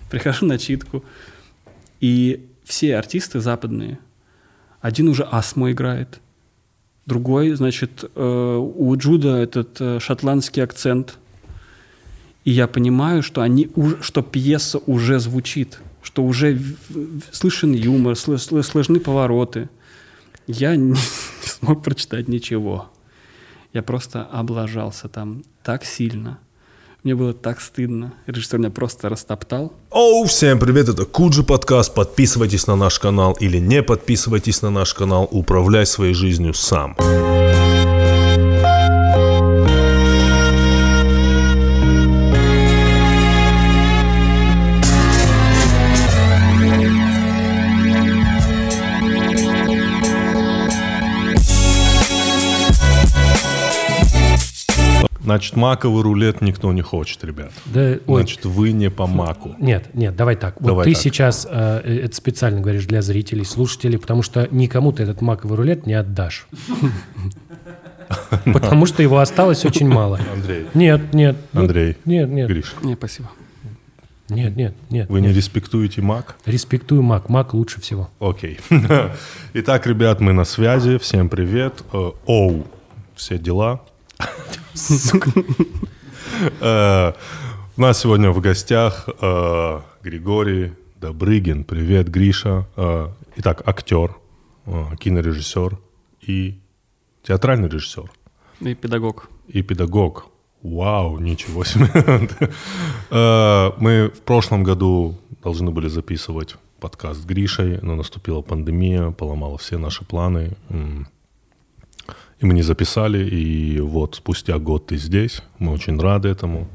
Прихожу на читку, и все артисты западные, один уже Асмо играет, другой, значит, у Джуда этот шотландский акцент. И я понимаю, что что пьеса уже звучит, что уже слышен юмор, слышны повороты. Я не смог прочитать ничего. Я просто облажался там так сильно. Мне было так стыдно. Режиссер меня просто растоптал. Оу, всем привет, это Куджи подкаст. Подписывайтесь на наш канал или не подписывайтесь на наш канал. Управляй своей жизнью сам. Значит, маковый рулет никто не хочет, ребят. Да, значит, вы не по маку. Нет, давай так. Вот ты сейчас это специально говоришь для зрителей, слушателей, потому что никому ты этот маковый рулет не отдашь. Потому что его осталось очень мало. Андрей. Нет. Андрей. Нет. Гриш. Не, спасибо. Нет. Вы не респектуете мак? Респектую мак. Мак лучше всего. Окей. Итак, ребят, мы на связи. Всем привет. Оу. Все дела. Сука. У нас сегодня в гостях Григорий Добрыгин. Привет, Гриша. Итак, актер, кинорежиссер и театральный режиссер. И педагог. Вау, ничего себе. Мы в прошлом году должны были записывать подкаст с Гришей, но наступила пандемия, поломала все наши планы. И мы не записали, и вот спустя год ты здесь. Мы очень рады этому.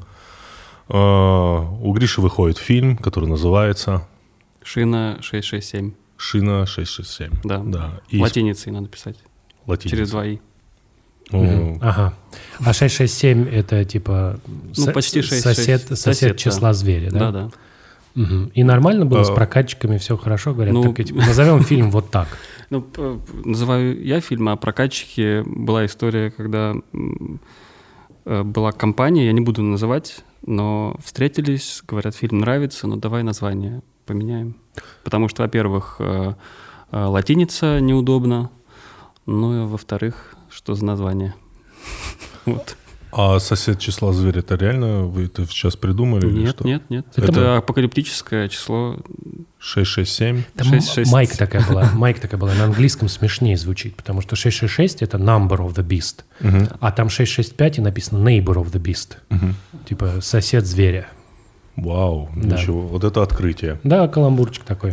У Гриши выходит фильм, который называется... «Шина 667». «Шина 667». Да. И латиницей надо писать. Латиницей. Через 2 «и». Ага. А 667 это типа почти 6, сосед числа зверя, да? Да. Угу. И нормально было с прокатчиками, все хорошо, говорят, так, типа, назовем фильм вот так. Называю я фильм, а прокатчики была история, когда была компания, я не буду называть, но встретились, говорят, фильм нравится, но давай название поменяем. Потому что, во-первых, латиница неудобна, ну и во-вторых, что за название. Вот. А «Сосед числа зверя» это реально вы это сейчас придумали? Нет. Это апокалиптическое число. 667? Майк такая была. На английском смешнее звучит, потому что 666 это number of the beast, а там 665 и написано neighbor of the beast. Типа сосед зверя. Вау, ничего. Вот это открытие. Да, каламбурчик такой.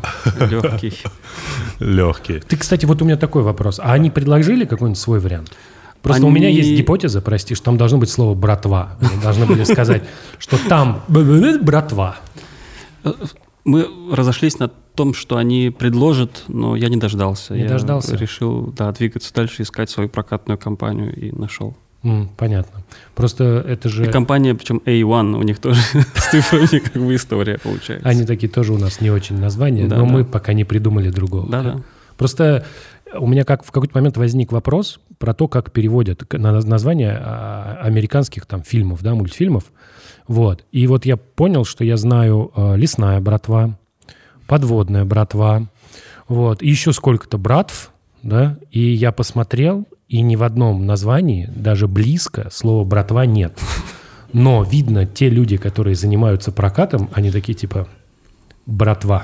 Легкий. Ты, кстати, вот у меня такой вопрос. А они предложили какой-нибудь свой вариант? Просто у меня есть гипотеза, прости, что там должно быть слово «братва». Они должны были сказать, что там «братва». Мы разошлись на том, что они предложат, но я не дождался. Я решил, двигаться дальше, искать свою прокатную компанию и нашел. Понятно. Просто это же... И компания, причем A1, у них тоже с цифрами как бы история получается. Они такие тоже у нас не очень названия, но мы пока не придумали другого. Да. Просто у меня в какой-то момент возник вопрос про то, как переводят названия американских там фильмов, да, мультфильмов. Вот. И вот я понял, что я знаю «Лесная братва», «Подводная братва», вот, и еще сколько-то братв, да, и я посмотрел, и ни в одном названии, даже близко, слова «братва» нет. Но, видно, те люди, которые занимаются прокатом, они такие типа «братва».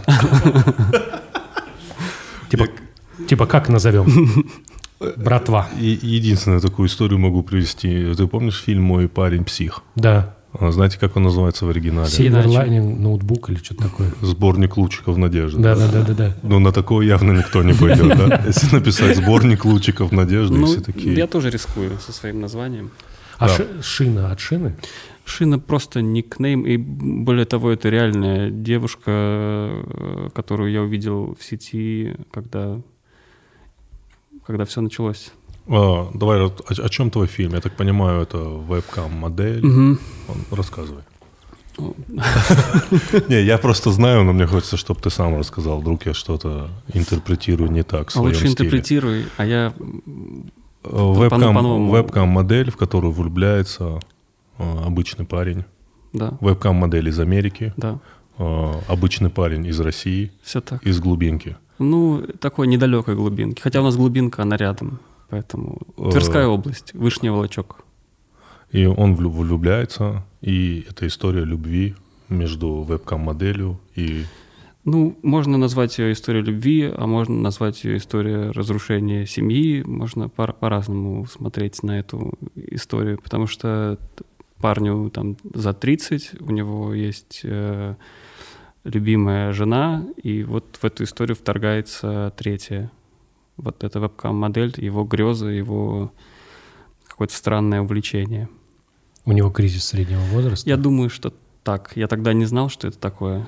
Типа как назовем? «Братва». Единственную такую историю могу привести. Ты помнишь фильм «Мой парень псих»? Да. Знаете, как он называется в оригинале? Silverlining ноутбук или что-то такое. Сборник лучиков надежды. Да. Но на такое явно никто не пойдет, да? Если написать сборник лучиков надежды, все такие. Я тоже рискую со своим названием. А Шина от Шины? Шина просто никнейм, и более того, это реальная девушка, которую я увидел в сети, когда все началось. Давай, о чем твой фильм? Я так понимаю, это вебкам-модель. Рассказывай. Не, я просто знаю, но мне хочется, чтобы ты сам рассказал. Вдруг я что-то интерпретирую не так в своем лучше стиле. Интерпретируй, а я вебкам-модель, в которую влюбляется обычный парень. Да. Вебкам-модель из Америки. Да. обычный парень из России, Все так. из глубинки. Ну, такой недалекой глубинки. Хотя у нас глубинка, она рядом. Поэтому Тверская область, Вышний Волочок. И он влюбляется, и это история любви между вебкам-моделью и... Ну, можно назвать ее историей любви, а можно назвать ее историей разрушения семьи. Можно по-разному смотреть на эту историю, потому что парню там за 30, у него есть любимая жена, и вот в эту историю вторгается третья. Вот эта вебкам-модель, его грезы, его какое-то странное увлечение. У него кризис среднего возраста? Я думаю, что так. Я тогда не знал, что это такое.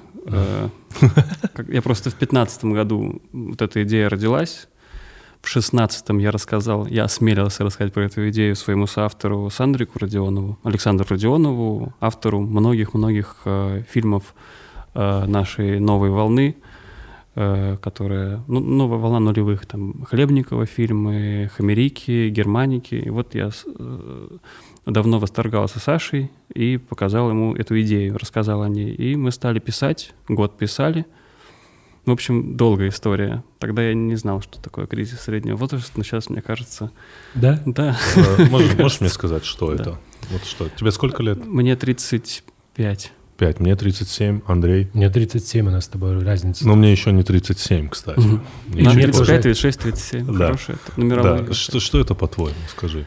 Я просто в 2015 году вот эта идея родилась. В 2016 я осмелился рассказать про эту идею своему соавтору Сандрику Родионову, Александру Родионову, автору многих-многих фильмов нашей новой волны, которая, новая волна нулевых, там, Хлебникова фильмы, Хамерики, Германики. И вот я давно восторгался Сашей и показал ему эту идею, рассказал о ней. И мы стали писать, год писали. В общем, долгая история. Тогда я не знал, что такое кризис среднего возраста, но сейчас, мне кажется... Да? Да. Можешь мне сказать, что это? Вот что. Тебе сколько лет? Мне 35. 5. Мне 37. Андрей? Мне 37, у нас с тобой разница. Но мне еще не 37, кстати. Нам 35, 36, 37. Да. Хорошая нумерология. Да. Что это, по-твоему? Скажи.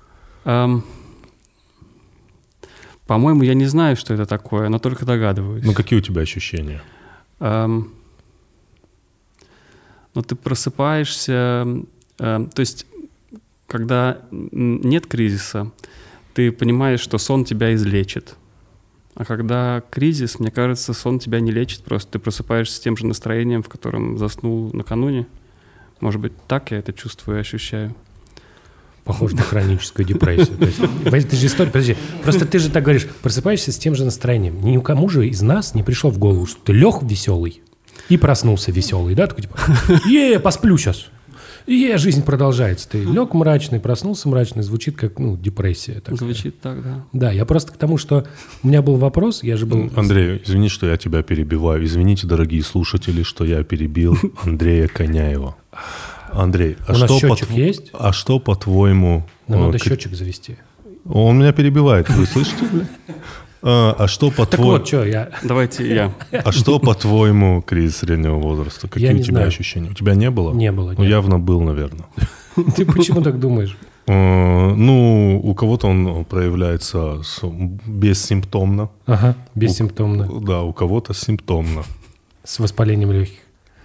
По-моему, я не знаю, что это такое, но только догадываюсь. Ну, какие у тебя ощущения? Ты просыпаешься... То есть, когда нет кризиса, ты понимаешь, что сон тебя излечит. А когда кризис, мне кажется, сон тебя не лечит, просто ты просыпаешься с тем же настроением, в котором заснул накануне. Может быть, так я это чувствую и ощущаю. Похоже на хроническую депрессию. Это же история, подожди, просто ты же так говоришь, просыпаешься с тем же настроением. Никому же из нас не пришло в голову, что ты лег веселый и проснулся веселый, да? Такой типа, посплю сейчас. Жизнь продолжается. Ты лег мрачный, проснулся мрачный, звучит как, депрессия. Такая. Звучит так, да. Да, я просто к тому, что у меня был вопрос, я же был... Андрей, извини, что я тебя перебиваю. Извините, дорогие слушатели, что я перебил Андрея Коняева. Андрей, у нас счетчик есть? А что, по-твоему... Нам надо счетчик завести. Он меня перебивает, вы слышите? А что, по-твоему... Так вот, что я... Давайте я. А что, по-твоему, кризис среднего возраста? Какие у тебя ощущения? У тебя не было? Не было. Ну, явно был, наверное. Ты почему так думаешь? У кого-то он проявляется бессимптомно. Ага, бессимптомно. Да, у кого-то симптомно. С воспалением легких.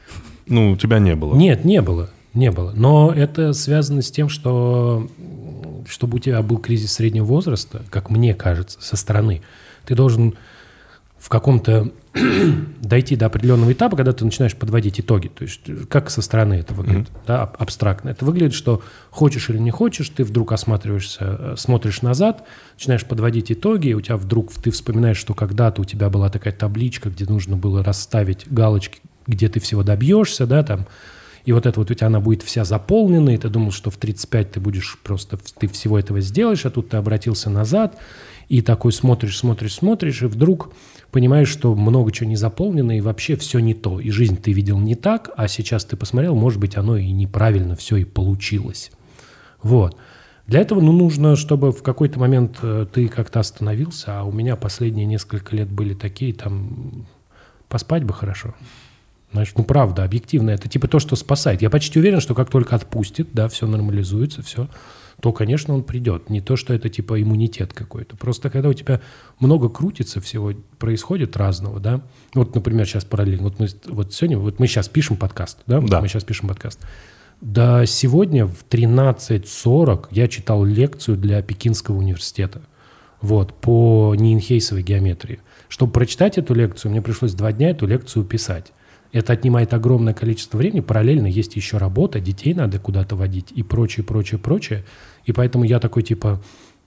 У тебя не было? Нет, не было. Не было. Но это связано с тем, что чтобы у тебя был кризис среднего возраста, как мне кажется, со стороны, ты должен в каком-то дойти до определенного этапа, когда ты начинаешь подводить итоги. То есть как со стороны это выглядит, да, абстрактно. Это выглядит, что хочешь или не хочешь, ты вдруг осматриваешься, смотришь назад, начинаешь подводить итоги, и у тебя вдруг ты вспоминаешь, что когда-то у тебя была такая табличка, где нужно было расставить галочки, где ты всего добьешься, да, там, и вот это вот у тебя она будет вся заполнена, и ты думал, что в 35 ты всего этого сделаешь, а тут ты обратился назад, и такой смотришь, и вдруг понимаешь, что много чего не заполнено, и вообще все не то, и жизнь ты видел не так, а сейчас ты посмотрел, может быть, оно и неправильно все и получилось. Вот. Для этого, нужно, чтобы в какой-то момент ты как-то остановился, а у меня последние несколько лет были такие, там, поспать бы хорошо. Значит, правда, объективно, это типа то, что спасает. Я почти уверен, что как только отпустит, да, все нормализуется, все, то, конечно, он придет. Не то, что это типа иммунитет какой-то. Просто когда у тебя много крутится всего, происходит разного, да. Вот, например, сейчас параллельно. Мы сейчас пишем подкаст, да? Да. Мы сейчас пишем подкаст. Да, сегодня в 13:40 я читал лекцию для Пекинского университета. Вот, по Ниенхейсовой геометрии. Чтобы прочитать эту лекцию, мне пришлось 2 дня эту лекцию писать. Это отнимает огромное количество времени. Параллельно есть еще работа, детей надо куда-то водить и прочее. И поэтому я такой типа,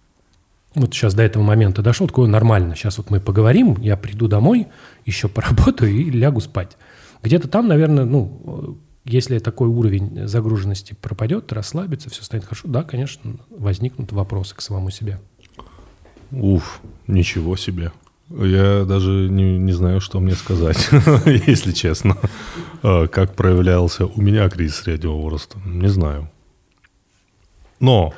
вот сейчас до этого момента дошел, такой нормально. Сейчас вот мы поговорим, я приду домой, еще поработаю и лягу спать. Где-то там, наверное, если такой уровень загруженности пропадет, расслабится, все станет хорошо, да, конечно, возникнут вопросы к самому себе. Уф, ничего себе. Я даже не знаю, что мне сказать, если честно. Как проявлялся у меня кризис среднего возраста, не знаю. Но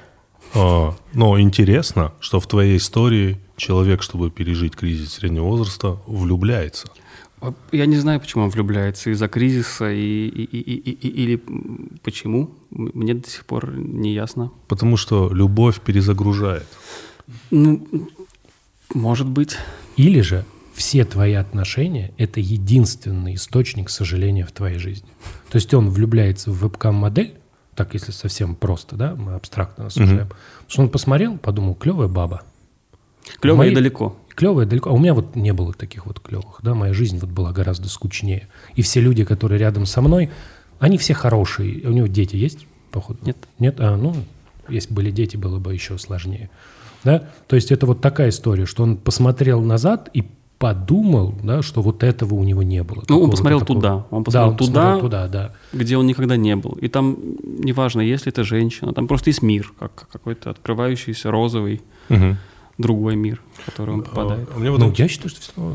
интересно, что в твоей истории человек, чтобы пережить кризис среднего возраста, влюбляется. Я не знаю, почему он влюбляется, из-за кризиса или почему. Мне до сих пор не ясно. Потому что любовь перезагружает. Ну, может быть. Или же все твои отношения – это единственный источник сожаления в твоей жизни. То есть он влюбляется в вебкам-модель, так если совсем просто, да, мы абстрактно рассуждаем. Потому что он посмотрел, подумал, клевая баба. Клевая и далеко. Клевая далеко. А у меня вот не было таких вот клевых, да, моя жизнь вот была гораздо скучнее. И все люди, которые рядом со мной, они все хорошие. У него дети есть, походу? Нет. Нет? Если бы были дети, было бы еще сложнее. Да? То есть это вот такая история, что он посмотрел назад и подумал, да, что вот этого у него не было. Ну, он посмотрел туда. Он посмотрел туда, да. Где он никогда не был. И там, неважно, если это женщина, там просто есть мир, как какой-то открывающийся розовый другой мир, в который он попадает. Я считаю, что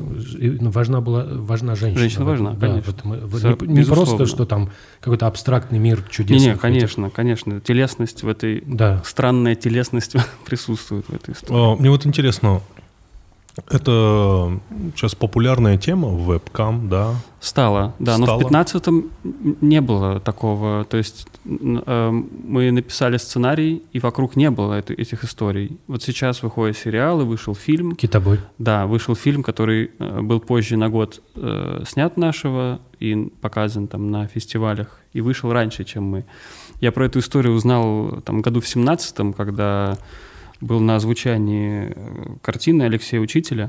важна женщина. Женщина важна, да, конечно. Не просто, что там какой-то абстрактный мир чудесный. Не, конечно. Телесность в этой... Странная телесность присутствует в этой истории. Мне вот интересно, это сейчас популярная тема, вебкам, да? Стало, да, но в 15-м не было такого. То есть мы написали сценарий, и вокруг не было этих историй. Вот сейчас выходит сериал, и вышел фильм. «Китобой». Да, вышел фильм, который был позже на год снят нашего и показан там на фестивалях, и вышел раньше, чем мы. Я про эту историю узнал там году в 17-м, когда... был на озвучании картины Алексея Учителя,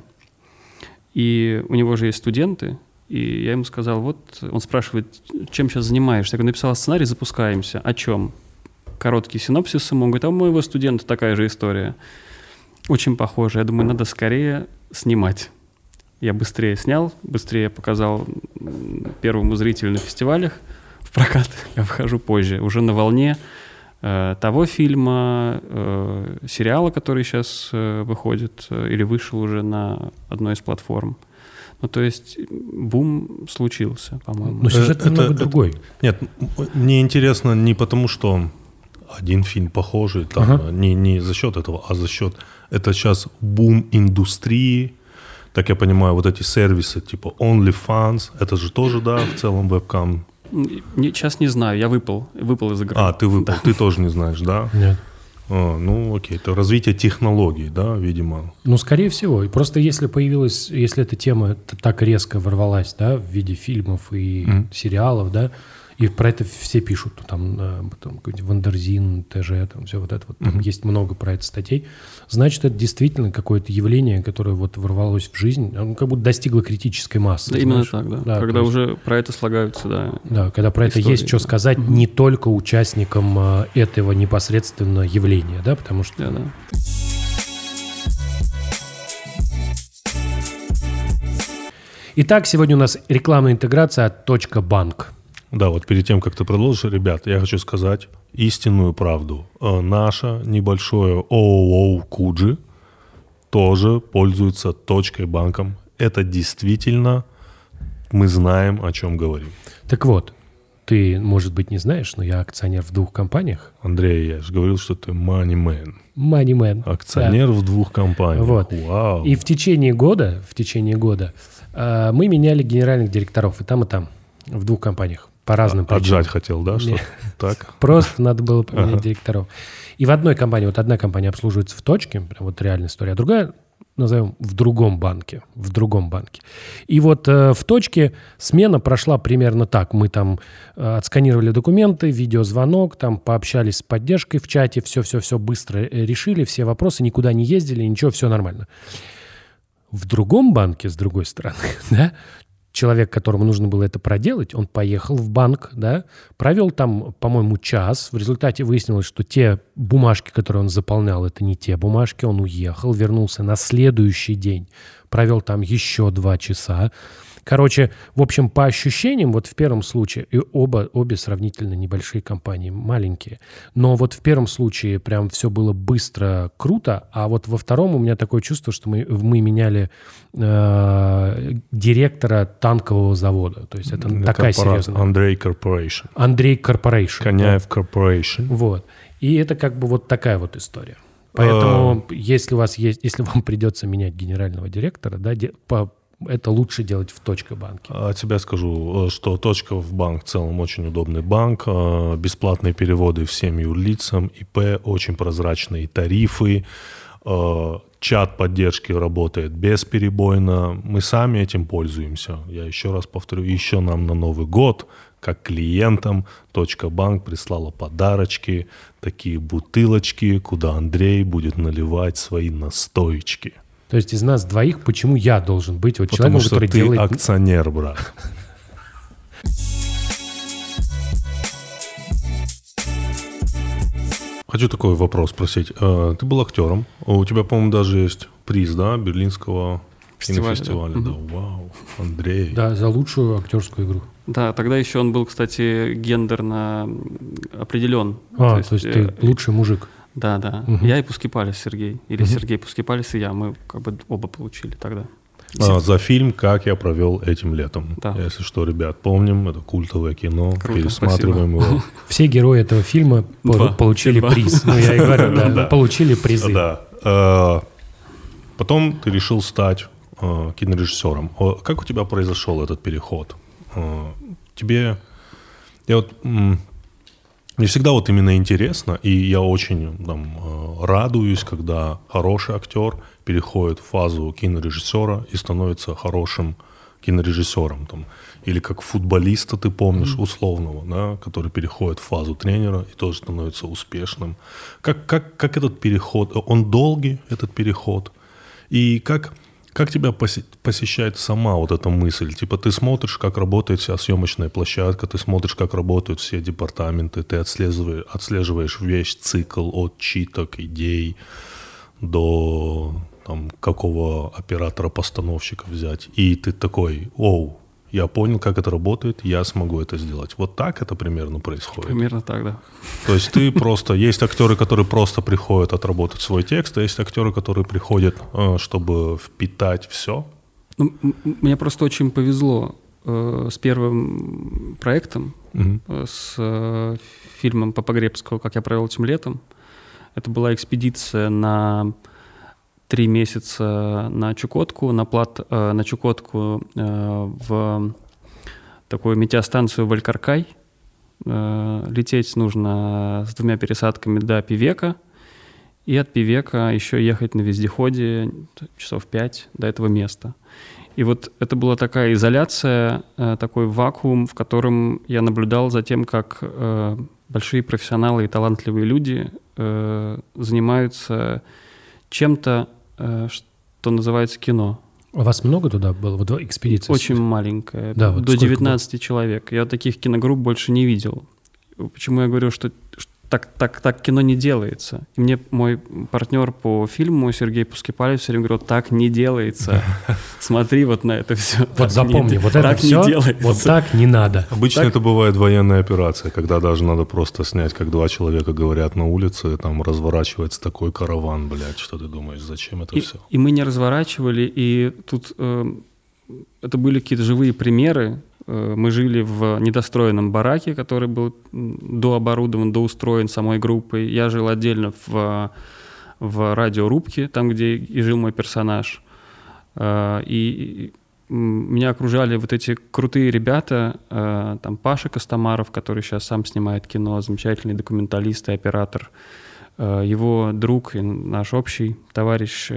и у него же есть студенты, и я ему сказал, вот, он спрашивает, чем сейчас занимаешься? Я говорю, написал сценарий, запускаемся. О чем? Короткий синопсис ему, он говорит, а у моего студента такая же история. Очень похоже. Я думаю, надо скорее снимать. Я быстрее снял, быстрее показал первому зрителю на фестивалях в прокат. Я выхожу позже, уже на волне того фильма, сериала, который сейчас выходит или вышел уже на одной из платформ. Ну, то есть бум случился, по-моему. Но сюжет немного другой. Нет, мне интересно не потому, что один фильм похожий, там, не за счет этого, а за счет... Это сейчас бум индустрии. Так я понимаю, вот эти сервисы типа OnlyFans, это же тоже, да, в целом вебкам. Сейчас не знаю, я выпал из игры. Ты выпал, да. Ты тоже не знаешь, да? Нет. Окей, это развитие технологий, да, видимо. Ну, скорее всего. И просто если эта тема так резко ворвалась, да, в виде фильмов и сериалов, да, и про это все пишут, там какой-нибудь Вандерзин, ТЖ, там все вот это вот, там есть много про это статей, значит, это действительно какое-то явление, которое вот ворвалось в жизнь, оно как будто достигло критической массы. Да, именно так, да. Когда уже про это слагаются, да. Да, когда про это есть что сказать не только участникам этого непосредственно явления, да, потому что... Да. Итак, сегодня у нас рекламная интеграция от .банк. Да, вот перед тем, как ты продолжишь, ребят, я хочу сказать истинную правду. Наше небольшое ООО «Куджи» тоже пользуется .банком. Это действительно мы знаем, о чем говорим. Так вот, ты, может быть, не знаешь, но я акционер в 2 компаниях. Андрей, я же говорил, что ты money man. Money man. Акционер в 2 компаниях. Вот. Вау. И в течение года мы меняли генеральных директоров и там, в 2 компаниях. По разным причинам. Отжать хотел, да? Что так? Просто надо было поменять директоров. И в одной компании, вот одна компания обслуживается в точке, прям вот реальная история, а другая, назовем, в другом банке. И вот в точке смена прошла примерно так. Мы там отсканировали документы, видеозвонок, там пообщались с поддержкой в чате, все быстро решили, все вопросы, никуда не ездили, ничего, все нормально. В другом банке, с другой стороны, да, человек, которому нужно было это проделать, он поехал в банк, да, провел там, по-моему, час. В результате выяснилось, что те бумажки, которые он заполнял, это не те бумажки. Он уехал, вернулся на следующий день, провел там еще 2 часа. Короче, в общем, по ощущениям, вот в первом случае, и обе сравнительно небольшие компании, маленькие, но вот в первом случае прям все было быстро, круто, а вот во втором у меня такое чувство, что мы меняли директора танкового завода. То есть это такая серьезная... Андрей Corporation. Андрей Corporation. Коняев Corporation. Вот. И это как бы вот такая вот история. Поэтому, если вам придется менять генерального директора, да, это лучше делать в Точка-банке. От себя скажу, что Точка в банк в целом очень удобный банк, бесплатные переводы всем юрлицам, ИП, очень прозрачные тарифы, чат поддержки работает бесперебойно, мы сами этим пользуемся. Я еще раз повторю, еще нам на Новый год, как клиентам, Точка-банк прислала подарочки, такие бутылочки, куда Андрей будет наливать свои настоечки. То есть из нас двоих, почему я должен быть вот потому человеком, который ты делает... акционер, брат. Хочу такой вопрос спросить. Ты был актером. У тебя, по-моему, даже есть приз, да, Берлинского кинофестиваля. Да. Вау, Андрей. Да, за лучшую актерскую игру. Да, тогда еще он был, кстати, гендерно определен. То есть ты лучший мужик. Да. Угу. Я и Пускипалис Сергей. Или Сергей Пускипалис и я. Мы как бы оба получили тогда. За фильм «Как я провел этим летом». Да. Если что, ребят, помним, это культовое кино. Круто, пересматриваем спасибо. его. Все герои этого фильма получили приз. Ну, я и говорю, да, получили призы. Да. Потом ты решил стать кинорежиссером. Как у тебя произошел этот переход? Мне всегда вот именно интересно, и я очень радуюсь, когда хороший актер переходит в фазу кинорежиссера и становится хорошим кинорежиссером. Или как футболиста, ты помнишь, условного, да, который переходит в фазу тренера и тоже становится успешным. Как этот переход? Он долгий, этот переход? И как тебя посещает сама вот эта мысль? Типа ты смотришь, как работает вся съемочная площадка, ты смотришь, как работают все департаменты, ты отслеживаешь весь цикл от читок, идей до какого оператора-постановщика взять. И ты такой, я понял, как это работает, я смогу это сделать. Вот так это примерно происходит? Примерно так, да. То есть ты просто... Есть актеры, которые просто приходят отработать свой текст, а есть актеры, которые приходят, чтобы впитать все? Мне просто очень повезло с первым проектом, с фильмом Попогребского «Как я провел этим летом». Это была экспедиция на 3 месяца на Чукотку, на Чукотку в такую метеостанцию Валькаркай. Лететь нужно с 2 пересадками до Певека, и от Певека еще ехать на вездеходе часов 5 до этого места. И вот это была такая изоляция, такой вакуум, в котором я наблюдал за тем, как большие профессионалы и талантливые люди занимаются чем-то, что называется кино. У вас много туда было, вот экспедиции? Очень маленькая, да, вот до 19 человек. Я таких киногрупп больше не видел. Почему я говорю, что так кино не делается? И мне мой партнер по фильму Сергей Пускипалис все время говорил, так не делается. Смотри вот на это все. Вот запомни, вот это все, вот так не надо. Обычно это бывает военная операция, когда даже надо просто снять, как 2 человека говорят на улице, там разворачивается такой караван, блядь, что ты думаешь, зачем это все? И мы не разворачивали, и тут это были какие-то живые примеры. Мы жили в недостроенном бараке, который был дооборудован, доустроен самой группой. Я жил отдельно в радиорубке, там, где и жил мой персонаж. И меня окружали вот эти крутые ребята, там Паша Костомаров, который сейчас сам снимает кино, замечательный документалист и оператор. Его друг и наш общий товарищ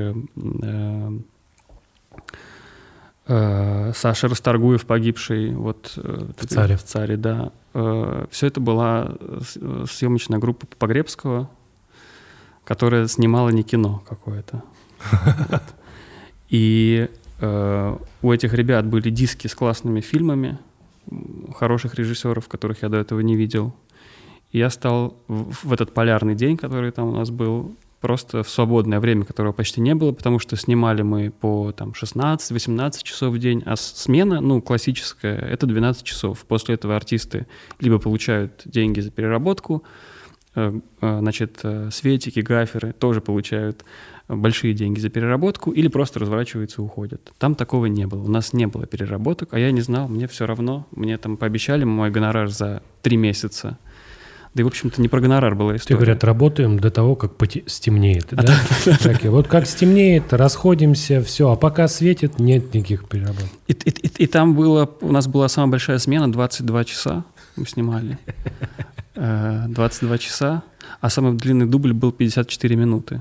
Саша Расторгуев, погибший в «Царе», да. Все это была съемочная группа Попогребского, которая снимала не кино какое-то. И у этих ребят были диски с классными фильмами, хороших режиссеров, которых я до этого не видел. И я стал в этот полярный день, который там у нас был, просто в свободное время, которого почти не было, потому что снимали мы по 16-18 часов в день, а смена, классическая, это 12 часов. После этого артисты либо получают деньги за переработку, светики, гаферы тоже получают большие деньги за переработку, или просто разворачиваются и уходят. Там такого не было. У нас не было переработок, а я не знал, мне все равно. Мне там пообещали мой гонорар за 3 месяца. Да и, в общем-то, не про гонорар была история. Ты, говорят, работаем до того, как стемнеет. Да? Вот как стемнеет, расходимся, все. А пока светит, нет никаких переработок. И там у нас была самая большая смена, 22 часа мы снимали. 22 часа, а самый длинный дубль был 54 минуты.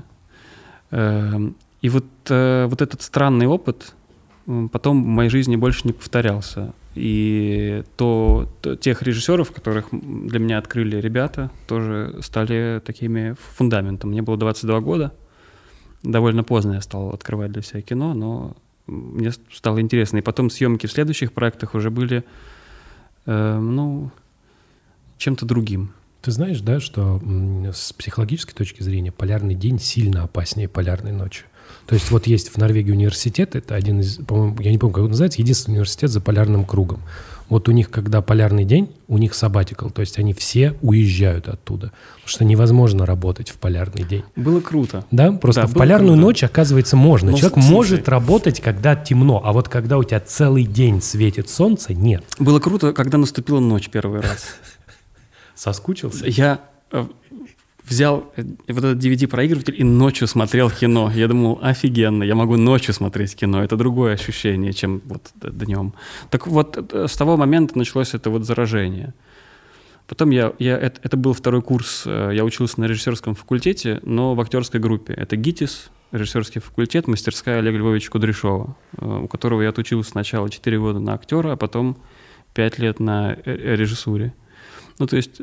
И вот этот странный опыт потом в моей жизни больше не повторялся. И тех режиссеров, которых для меня открыли ребята, тоже стали такими фундаментом. Мне было 22 года. Довольно поздно я стал открывать для себя кино, но мне стало интересно. И потом съемки в следующих проектах уже были, чем-то другим. Ты знаешь, да, что с психологической точки зрения полярный день сильно опаснее полярной ночи. То есть вот есть в Норвегии университет, это один из, по-моему, я не помню, как он называется, единственный университет за полярным кругом. Вот у них, когда полярный день, у них sabbatical, то есть они все уезжают оттуда, потому что невозможно работать в полярный день. Было круто. Да? Просто в полярную ночь, оказывается, можно. Человек может работать, когда темно, а вот когда у тебя целый день светит солнце, нет. Было круто, когда наступила ночь первый раз. Соскучился? Я взял вот этот DVD-проигрыватель и ночью смотрел кино. Я думал, офигенно, я могу ночью смотреть кино. Это другое ощущение, чем вот днем. Так вот, с того момента началось это вот заражение. Потом это был второй курс, я учился на режиссерском факультете, но в актерской группе. Это ГИТИС, режиссерский факультет, мастерская Олега Львовича Кудряшова, у которого я отучился сначала 4 года на актера, а потом 5 лет на режиссуре. То есть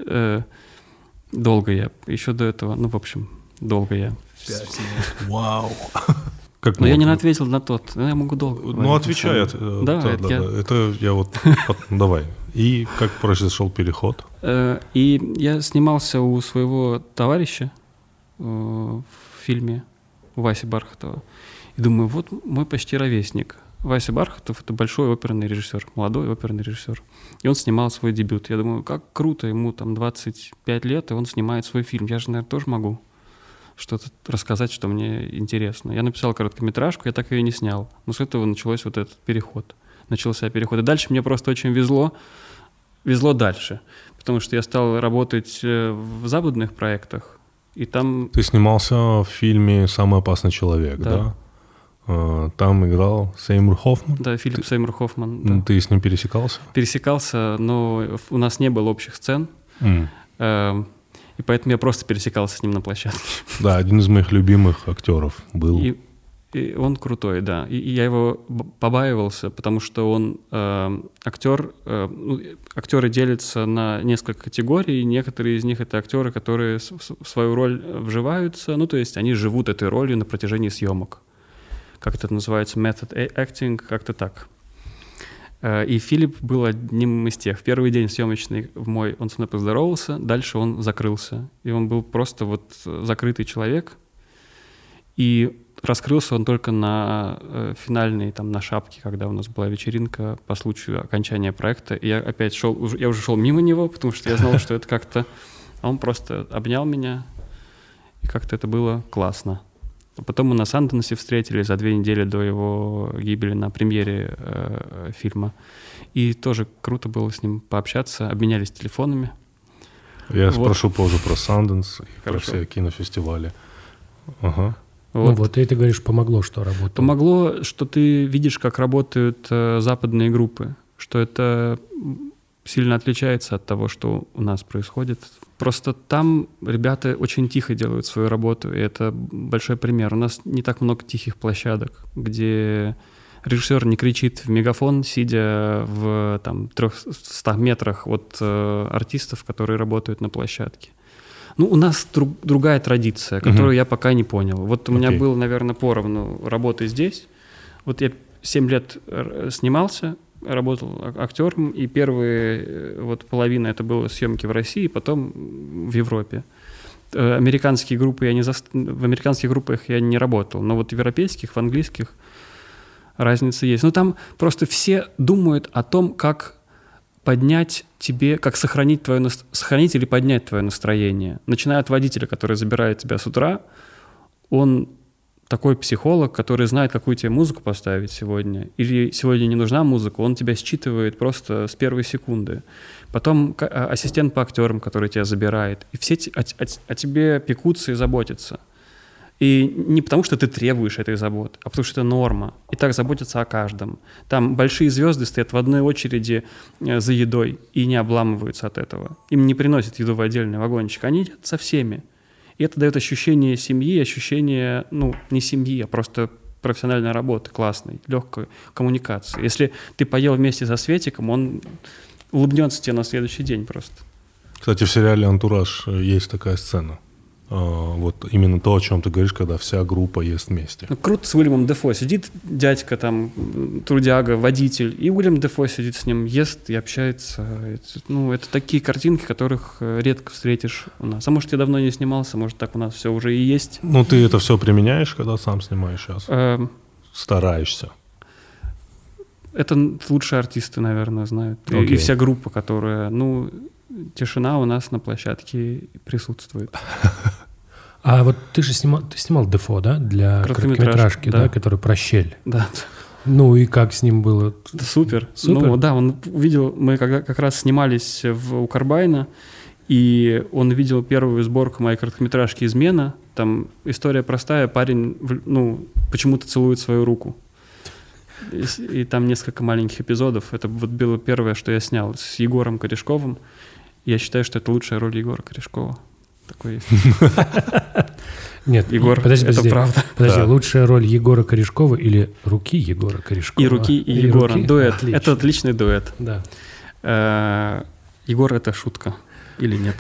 долго я, еще до этого, долго я. 5 лет, вау. Но я не ответил на тот, я могу долго. Отвечай. Это я вот, давай. И как произошел переход? И я снимался у своего товарища в фильме Васи Бархатова. И думаю, вот мой почти ровесник. Вася Бархатов — это большой оперный режиссер, молодой оперный режиссер. И он снимал свой дебют. Я думаю, как круто, ему там 25 лет, и он снимает свой фильм. Я же, наверное, тоже могу что-то рассказать, что мне интересно. Я написал короткометражку, я так ее не снял. Но с этого начался переход. И дальше мне просто очень везло дальше. Потому что я стал работать в западных проектах, и там... Ты снимался в фильме «Самый опасный человек», да? Там играл Сеймур Хоффман? Да, Филипп Сеймур Хоффман. Да. Ты с ним пересекался? Пересекался, но у нас не было общих сцен. И поэтому я просто пересекался с ним на площадке. Да, один из моих любимых актеров был. И он крутой, да. И я его побаивался, потому что он актер. Актеры делятся на несколько категорий. Некоторые из них — это актеры, которые в свою роль вживаются. То есть они живут этой ролью на протяжении съемок. Как это называется, method acting, как-то так. И Филипп был одним из тех. В первый день съемочный он со мной поздоровался, дальше он закрылся. И он был просто закрытый человек. И раскрылся он только на финальной, на шапке, когда у нас была вечеринка по случаю окончания проекта. И я опять я уже шел мимо него, потому что я знал, что это как-то... А он просто обнял меня, и как-то это было классно. Потом мы на Санденсе встретились за 2 недели до его гибели на премьере фильма. И тоже круто было с ним пообщаться, обменялись телефонами. Я спрошу позже про Санденс и про все кинофестивали. Ага. И ты говоришь, помогло, что работало? Помогло, что ты видишь, как работают западные группы, что это сильно отличается от того, что у нас происходит. Просто там ребята очень тихо делают свою работу, и это большой пример. У нас не так много тихих площадок, где режиссер не кричит в мегафон, сидя в 300 метрах от артистов, которые работают на площадке. У нас другая традиция, которую я пока не понял. У меня было, наверное, поровну работы здесь. Я 7 лет снимался, работал актером, и первые половина это было съемки в России, потом в Европе. Американские группы в американских группах я не работал, но вот в европейских, в английских разница есть. Ну, там просто все думают о том, как поднять тебе, как сохранить или поднять твое настроение. Начиная от водителя, который забирает тебя с утра, он такой психолог, который знает, какую тебе музыку поставить сегодня. Или сегодня не нужна музыка, он тебя считывает просто с первой секунды. Потом ассистент по актерам, который тебя забирает. И все о тебе пекутся и заботятся. И не потому, что ты требуешь этой заботы, а потому что это норма. И так заботятся о каждом. Там большие звезды стоят в одной очереди за едой и не обламываются от этого. Им не приносят еду в отдельный вагончик. Они едят со всеми. И это дает ощущение семьи, ощущение, не семьи, а просто профессиональной работы, классной, легкой коммуникации. Если ты поел вместе со Светиком, он улыбнется тебе на следующий день просто. Кстати, в сериале «Антураж» есть такая сцена. Вот именно то, о чем ты говоришь, когда вся группа ест вместе. Круто с Уильямом Дефо. Сидит дядька, там, трудяга, водитель, и Уильям Дефо сидит с ним, ест и общается. Это такие картинки, которых редко встретишь у нас. А может, я давно не снимался, может, так у нас все уже и есть. Ты это все применяешь, когда сам снимаешь сейчас? Стараешься? Это лучшие артисты, наверное, знают. Okay. И вся группа, которая... тишина у нас на площадке присутствует. А вот ты снимал Дефо, да, для короткометражки, да, который про щель. Да. И как с ним было? Супер. Он увидел, мы как раз снимались у Карбайна, и он видел первую сборку моей короткометражки «Измена». Там история простая, парень, почему-то целует свою руку. И там несколько маленьких эпизодов. Это вот было первое, что я снял с Егором Корешковым. Я считаю, что это лучшая роль Егора Корешкова. Такой есть. Нет, Егор, это правда. Подожди, лучшая роль Егора Корешкова или руки Егора Корешкова? И руки, и Егора. Дуэт. Это отличный дуэт. Да. Егор — это шутка. Или нет?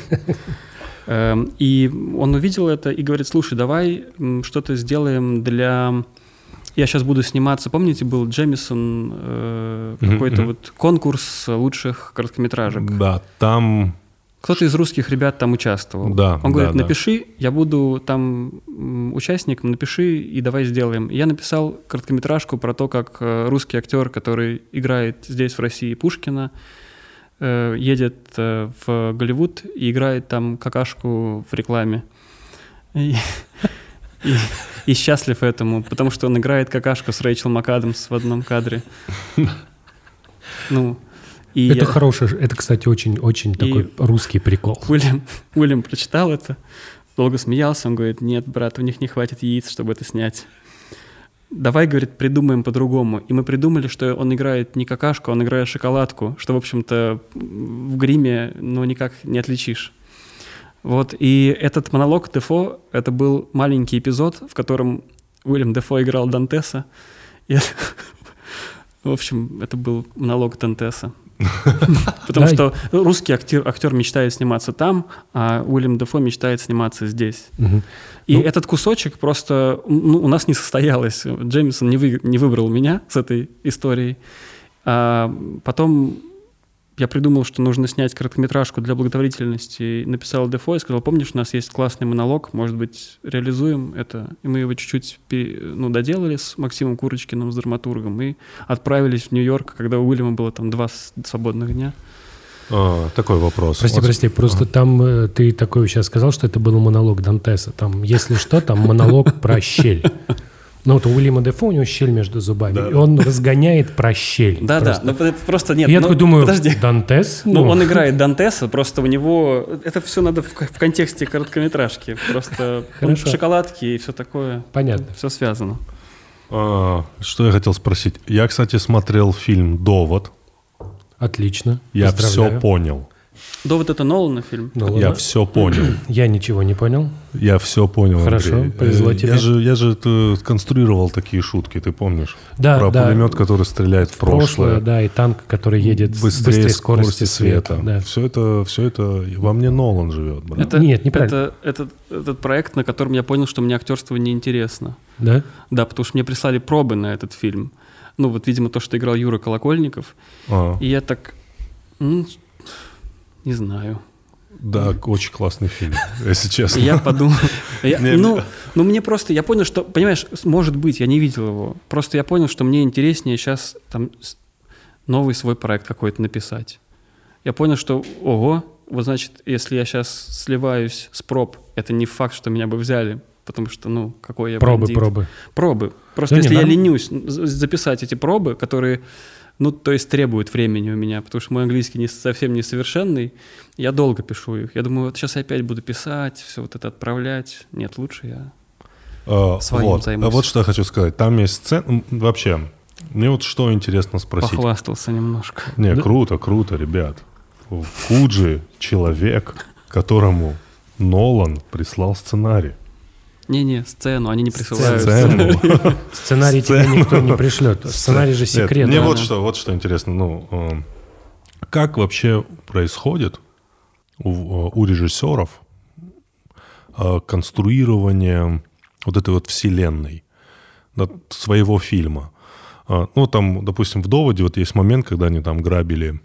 И он увидел это и говорит: слушай, давай что-то сделаем для... Я сейчас буду сниматься. Помните, был Джемисон, какой-то вот конкурс лучших короткометражек? Да, там... Кто-то из русских ребят там участвовал. Да, он говорит: напиши, я буду там участником, напиши и давай сделаем. Я написал короткометражку про то, как русский актер, который играет здесь, в России, Пушкина, едет в Голливуд и играет там какашку в рекламе. И счастлив этому, потому что он играет какашку с Рэйчел МакАдамс в одном кадре. Это хороший, это, кстати, очень такой русский прикол. Уильям прочитал это, долго смеялся, он говорит: нет, брат, у них не хватит яиц, чтобы это снять. Давай, говорит, придумаем по-другому. И мы придумали, что он играет не какашку, он играет шоколадку, что, в общем-то, в гриме, никак не отличишь. Вот, и этот монолог Дефо, это был маленький эпизод, в котором Уильям Дефо играл Дантеса. В общем, это был монолог Дантеса. Потому что русский актер мечтает сниматься там, а Уильям Дефо мечтает сниматься здесь. И этот кусочек просто у нас не состоялось. Джемисон не выбрал меня с этой историей. А потом... Я придумал, что нужно снять короткометражку для благотворительности. Написал Дефо и сказал: помнишь, у нас есть классный монолог, может быть, реализуем это. И мы его чуть-чуть доделали с Максимом Курочкиным, с драматургом, и отправились в Нью-Йорк, когда у Уильяма было там 2 свободных дня. Такой вопрос. Прости, просто там ты такой сейчас сказал, что это был монолог Дантеса. Там, если что, там монолог про щель. У Уильяма Дефо у него щель между зубами, и он разгоняет про щель. Да, просто нет. Я такой думаю, Дантес? Он играет Дантеса, просто у него... Это все надо в контексте короткометражки. Просто шоколадки и все такое. Понятно. Все связано. Что я хотел спросить. Я, кстати, смотрел фильм «Довод». Отлично. Я все понял. «Довод» — это Нолана фильм? Я все понял. Я ничего не понял. Я все понял, Хорошо, Андрей. повезло тебе. Я же конструировал такие шутки, ты помнишь? Да, про пулемет, который стреляет в прошлое. Да, и танк, который едет быстрее скорости света. Да. Все это во мне Нолан живет, брат. Нет, неправильно. Этот проект, на котором я понял, что мне актерство неинтересно. Да? Да, потому что мне прислали пробы на этот фильм. Видимо, то, что играл Юра Колокольников. И я так... не знаю. Да, очень классный фильм, если честно. Я подумал... мне просто... Я понял, что... Понимаешь, может быть, я не видел его. Просто я понял, что мне интереснее сейчас там новый свой проект какой-то написать. Я понял, что, ого, вот значит, если я сейчас сливаюсь с проб, это не факт, что меня бы взяли, потому что, какой я бандит. Пробы. Просто если я ленюсь записать эти пробы, которые... то есть требует времени у меня, потому что мой английский совсем несовершенный. Я долго пишу их. Я думаю, вот сейчас я опять буду писать, все вот это отправлять. Нет, лучше я своим займусь. Вот что я хочу сказать. Там есть сцена... Вообще, мне вот что интересно спросить. Похвастался немножко. Не, круто, ребят. Фуджи — человек, которому Нолан прислал сценарий. Не, сцену, они не присылают. Сценарий тебе никто не пришлет. Сценарий же секрет. Мне вот что интересно. Как вообще происходит у режиссеров конструирование вот этой вот вселенной своего фильма? Там, допустим, в «Доводе» вот есть момент, когда они там грабили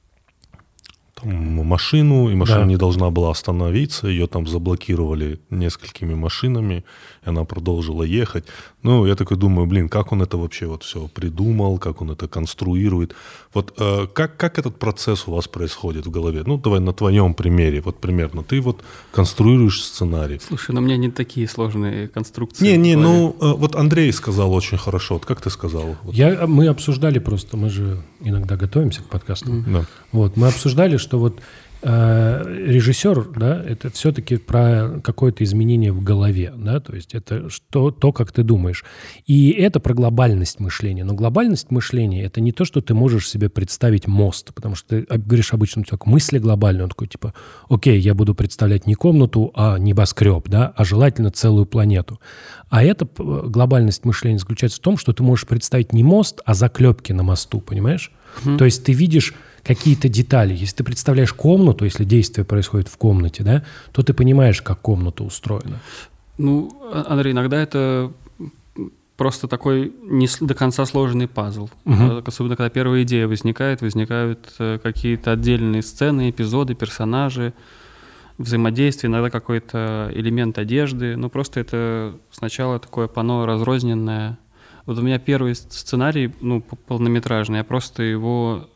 машину, и машина не должна была остановиться, ее там заблокировали несколькими машинами, и она продолжила ехать. Я такой думаю, как он это вообще вот все придумал, как он это конструирует. Вот как этот процесс у вас происходит в голове? Давай на твоем примере, вот примерно. Ты вот конструируешь сценарий. Слушай, у меня не такие сложные конструкции. Вот Андрей сказал очень хорошо. Вот как ты сказал? Мы обсуждали просто, мы же иногда готовимся к подкасту. Да. Вот, мы обсуждали, что вот режиссер, да, это все-таки про какое-то изменение в голове, да, то есть это то, как ты думаешь. И это про глобальность мышления. Но глобальность мышления — это не то, что ты можешь себе представить мост, потому что ты говоришь обычно человек мысли глобальные, он такой типа, окей, я буду представлять не комнату, а небоскреб, да, а желательно целую планету. А эта глобальность мышления заключается в том, что ты можешь представить не мост, а заклепки на мосту, понимаешь? То есть ты видишь какие-то детали. Если ты представляешь комнату, если действие происходит в комнате, да, то ты понимаешь, как комната устроена. Андрей, иногда это просто такой не до конца сложный пазл. Особенно, когда первая идея возникают какие-то отдельные сцены, эпизоды, персонажи, взаимодействие, иногда какой-то элемент одежды. Просто это сначала такое панно разрозненное. Вот у меня первый сценарий, полнометражный, я просто его...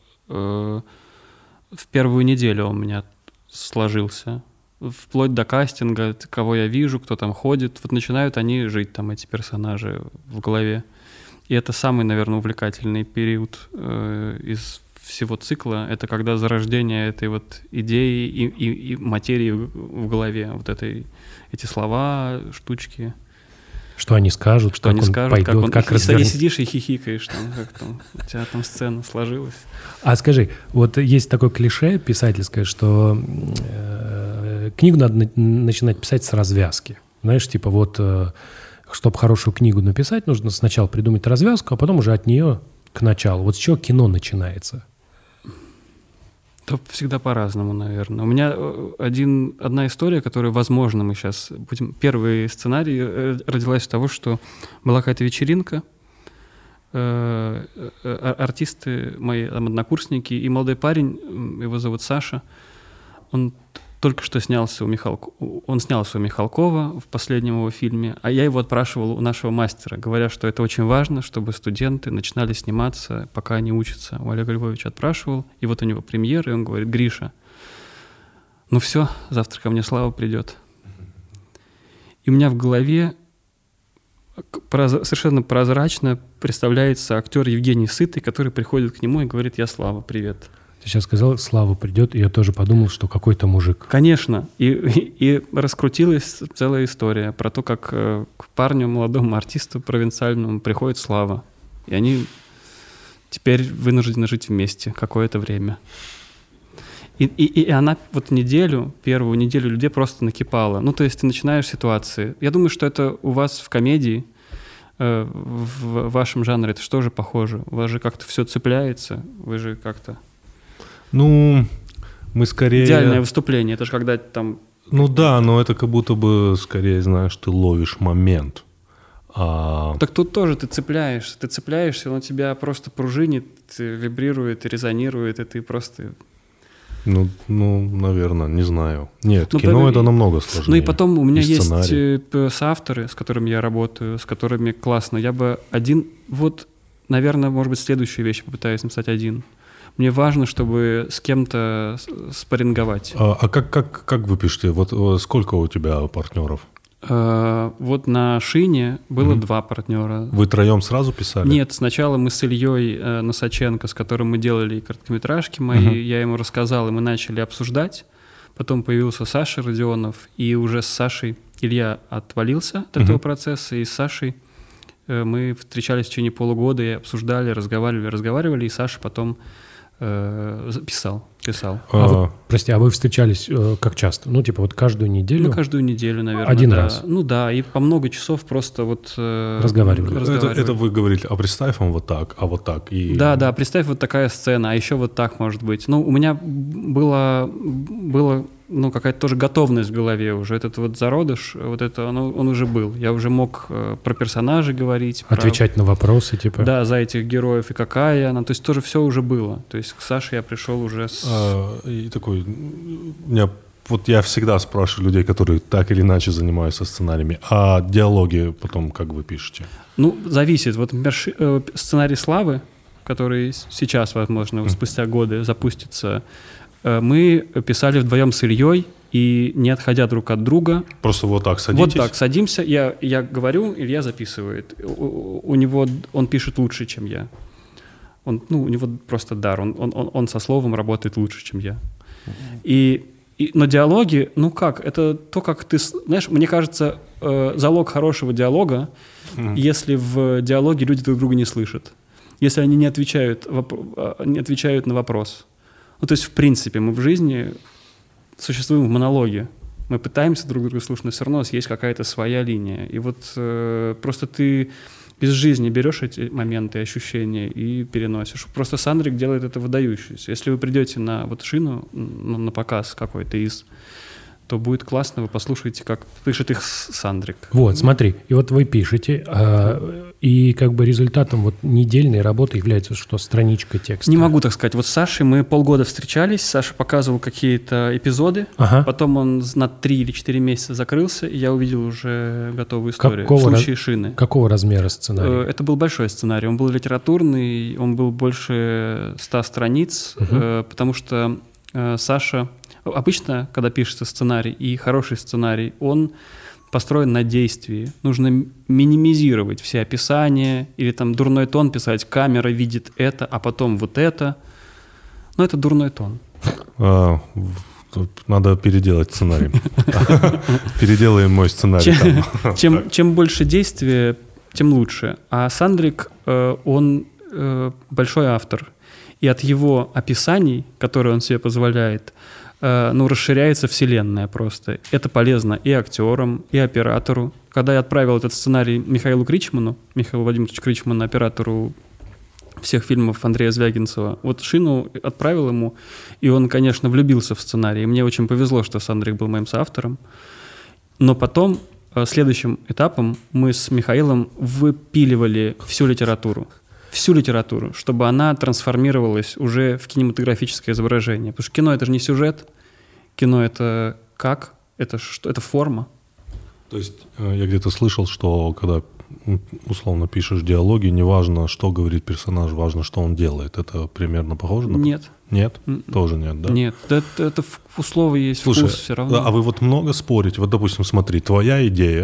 в первую неделю у меня сложился. Вплоть до кастинга, кого я вижу, кто там ходит. Вот начинают они жить, там, эти персонажи в голове. И это самый, наверное, увлекательный период из всего цикла. Это когда зарождение этой вот идеи и материи в голове. Вот эти слова, штучки. Что они скажут, что они скажут, как и сидишь и хихикаешь, как там, у тебя там сцена сложилась. А скажи, вот есть такое клише писательское, что книгу надо начинать писать с развязки. Знаешь, типа вот, чтобы хорошую книгу написать, нужно сначала придумать развязку, а потом уже от нее к началу. Вот с чего кино начинается? Это всегда по-разному, наверное. У меня одна история, которую, возможно, мы сейчас будем... Первый сценарий родилась из того, что была какая-то вечеринка, артисты, мои там, однокурсники, и молодой парень, его зовут Саша, он только что снялся у Михалкова в последнем его фильме, а я его отпрашивал у нашего мастера, говоря, что это очень важно, чтобы студенты начинали сниматься, пока они учатся. У Олега Львовича отпрашивал, и вот у него премьера, и он говорит: Гриша, все, завтра ко мне Слава придет. И у меня в голове совершенно прозрачно представляется актер Евгений Сытый, который приходит к нему и говорит: я Слава, привет. Ты сейчас сказал, Слава придет, и я тоже подумал, что какой-то мужик. Конечно. И раскрутилась целая история про то, как к парню, молодому артисту провинциальному приходит Слава. И они теперь вынуждены жить вместе какое-то время. И она вот первую неделю людей просто накипала. То есть ты начинаешь ситуации. Я думаю, что это у вас в комедии, в вашем жанре, это что же похоже? У вас же как-то все цепляется, вы же как-то... мы скорее... Идеальное выступление, это же когда там... да, но это как будто бы, скорее, знаешь, ты ловишь момент. Так тут тоже ты цепляешься, он тебя просто пружинит, вибрирует, резонирует, и ты просто... Ну, наверное, не знаю. Нет, Ну, кино это намного сложнее. Ну и потом у меня есть сценарий. соавторы, с которыми я работаю, с которыми классно. Я бы наверное, может быть, следующую вещь попытаюсь написать один. Мне важно, чтобы с кем-то спарринговать. А как вы пишете? Вот сколько у тебя партнеров? Вот на «Шине» было 2 партнера. Вы троем сразу писали? Нет, сначала мы с Ильей Носаченко, с которым мы делали короткометражки мои, я ему рассказал, и мы начали обсуждать. Потом появился Саша Родионов, и уже с Сашей Илья отвалился от этого процесса, и с Сашей мы встречались в течение полугода и обсуждали, разговаривали, и Саша потом писал. Прости, а вы встречались как часто? Ну, типа вот каждую неделю? Ну, каждую неделю, наверное. Один раз? Ну да, и по много часов просто вот разговаривали. Это вы говорите, а представь он вот так, а вот так. И... Да, представь вот такая сцена, а еще вот так может быть. Ну, у меня было какая-то тоже готовность в голове уже. Этот вот зародыш, вот это, он уже был. Я уже мог про персонажей говорить. Отвечать на вопросы, типа. Да, за этих героев и какая она. То есть тоже все уже было. То есть к Саше я пришел уже с... И такой... Я всегда спрашиваю людей, которые так или иначе занимаются сценариями, а диалоги потом как вы пишете? Ну, зависит. Вот, например, сценарий «Славы», который сейчас, возможно, спустя годы запустится, мы писали вдвоем с Ильей, и не отходя друг от друга. Просто вот так садитесь? Вот так, садимся, я говорю, Илья записывает. Он пишет лучше, чем я. У него просто дар, он со словом работает лучше, чем я. Но диалоги, это то, как ты... Знаешь, мне кажется, залог хорошего диалога, если в диалоге люди друг друга не слышат, если они не отвечают на вопрос. Ну, то есть, в принципе, мы в жизни существуем в монологе. Мы пытаемся друг друга слушать, но все равно у нас есть какая-то своя линия. И вот просто ты из жизни берешь эти моменты, ощущения и переносишь. Просто Сандрик делает это выдающееся. Если вы придете на «Шину», на показ какой-то то будет классно, вы послушаете, как пишет их Сандрик. Вот, смотри, и вот вы пишете, и как бы результатом вот недельной работы является что? Страничка текста? Не могу так сказать. Вот с Сашей мы полгода встречались, Саша показывал какие-то эпизоды, потом он на 3 или 4 месяца закрылся, и я увидел уже готовую историю. В случае «Шины». Какого размера сценарий? Это был большой сценарий, он был литературный, он был больше 100 страниц, потому что Саша... Обычно, когда пишется сценарий, и хороший сценарий, он построен на действии. Нужно минимизировать все описания, или там дурной тон писать, камера видит это, а потом вот это. Но это дурной тон. Надо переделать сценарий. Переделаем мой сценарий. Чем больше действия, тем лучше. А Сандрик, он большой автор. И от его описаний, которые он себе позволяет, расширяется вселенная просто. Это полезно и актерам, и оператору. Когда я отправил этот сценарий Михаилу Владимировичу Кричману, оператору всех фильмов Андрея Звягинцева, вот «Шину» отправил ему, и он, конечно, влюбился в сценарий. И мне очень повезло, что Сандрик был моим соавтором. Но потом, следующим этапом, мы с Михаилом выпиливали всю литературу, чтобы она трансформировалась уже в кинематографическое изображение. Потому что кино — это же не сюжет, кино — это как? Это что? Это форма. То есть я где-то слышал, что когда условно пишешь диалоги, не важно, что говорит персонаж, важно, что он делает. Это примерно похоже на... Нет. Нет? Тоже нет, да? Нет, это у слова есть вкус все равно. А вы вот много спорите? Вот, допустим, смотри, твоя идея,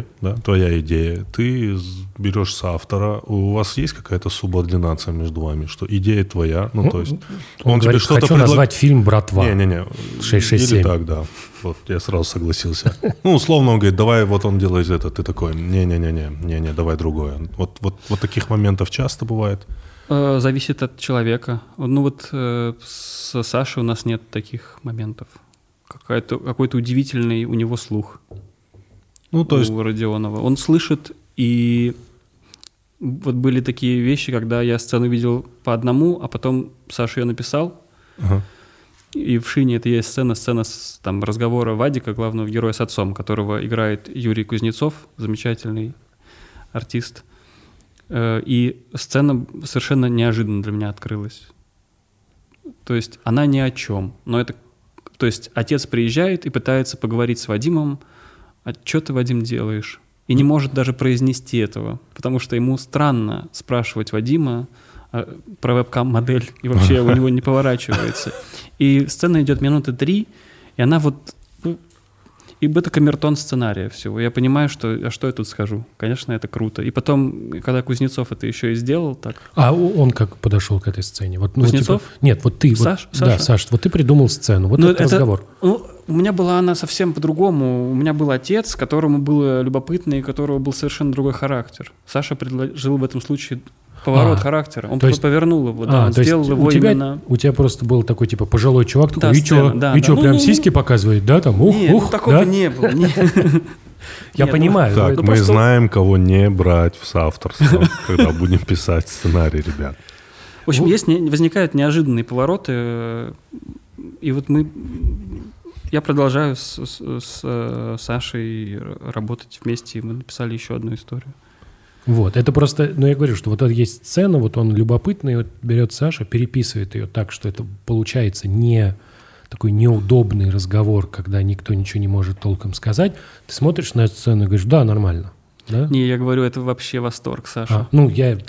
ты берешь соавтора, у вас есть какая-то субординация между вами, что идея твоя, то есть... Он говорит, тебе хочу назвать фильм «Братва». Не-не-не. 667. Или так, да. Вот я сразу согласился. Условно он говорит, давай, вот он делает это, ты такой, не-не-не, давай другое. Вот таких моментов часто бывает? Зависит от человека. С Сашей у нас нет таких моментов. Какой-то удивительный у него слух. У Родионова. Он слышит, и вот были такие вещи, когда я сцену видел по одному, а потом Саша ее написал. И в «Шине» это есть сцена разговора Вадика, главного героя, с отцом, которого играет Юрий Кузнецов, замечательный артист. И сцена совершенно неожиданно для меня открылась. То есть она ни о чем, но это То есть отец приезжает и пытается поговорить с Вадимом, а что ты, Вадим, делаешь? И не может даже произнести этого, потому что ему странно спрашивать Вадима про вебкам-модель, и вообще у него не поворачивается. И сцена идет минуты 3, и она вот... И это камертон сценария всего. Я понимаю, что я тут скажу? Конечно, это круто. И потом, когда Кузнецов это еще и сделал, так... А он как подошел к этой сцене? Вот, Кузнецов? Типа, нет, вот ты... Саша? Да, Саш, вот ты придумал сцену, вот этот разговор. У меня была она совсем по-другому. У меня был отец, которому было любопытно, и у которого был совершенно другой характер. Саша предложил в этом случае поворот характера. Он повернул его, он сделал его именно... У тебя просто был такой, типа, пожилой чувак, такой, да, и что, прям сиськи показывает, да, там, Нет, такого не было. Я понимаю. Так, мы знаем, кого не брать в соавторство, когда будем писать сценарий, ребят. В общем, возникают неожиданные повороты, и вот я продолжаю с Сашей работать вместе, и мы написали еще одну историю. Вот, это просто, я говорю, что вот есть сцена, вот он любопытный, вот берет Саша, переписывает ее так, что это получается не такой неудобный разговор, когда никто ничего не может толком сказать. Ты смотришь на эту сцену и говоришь, да, нормально. Да? Не, я говорю, это вообще восторг, Саша. Я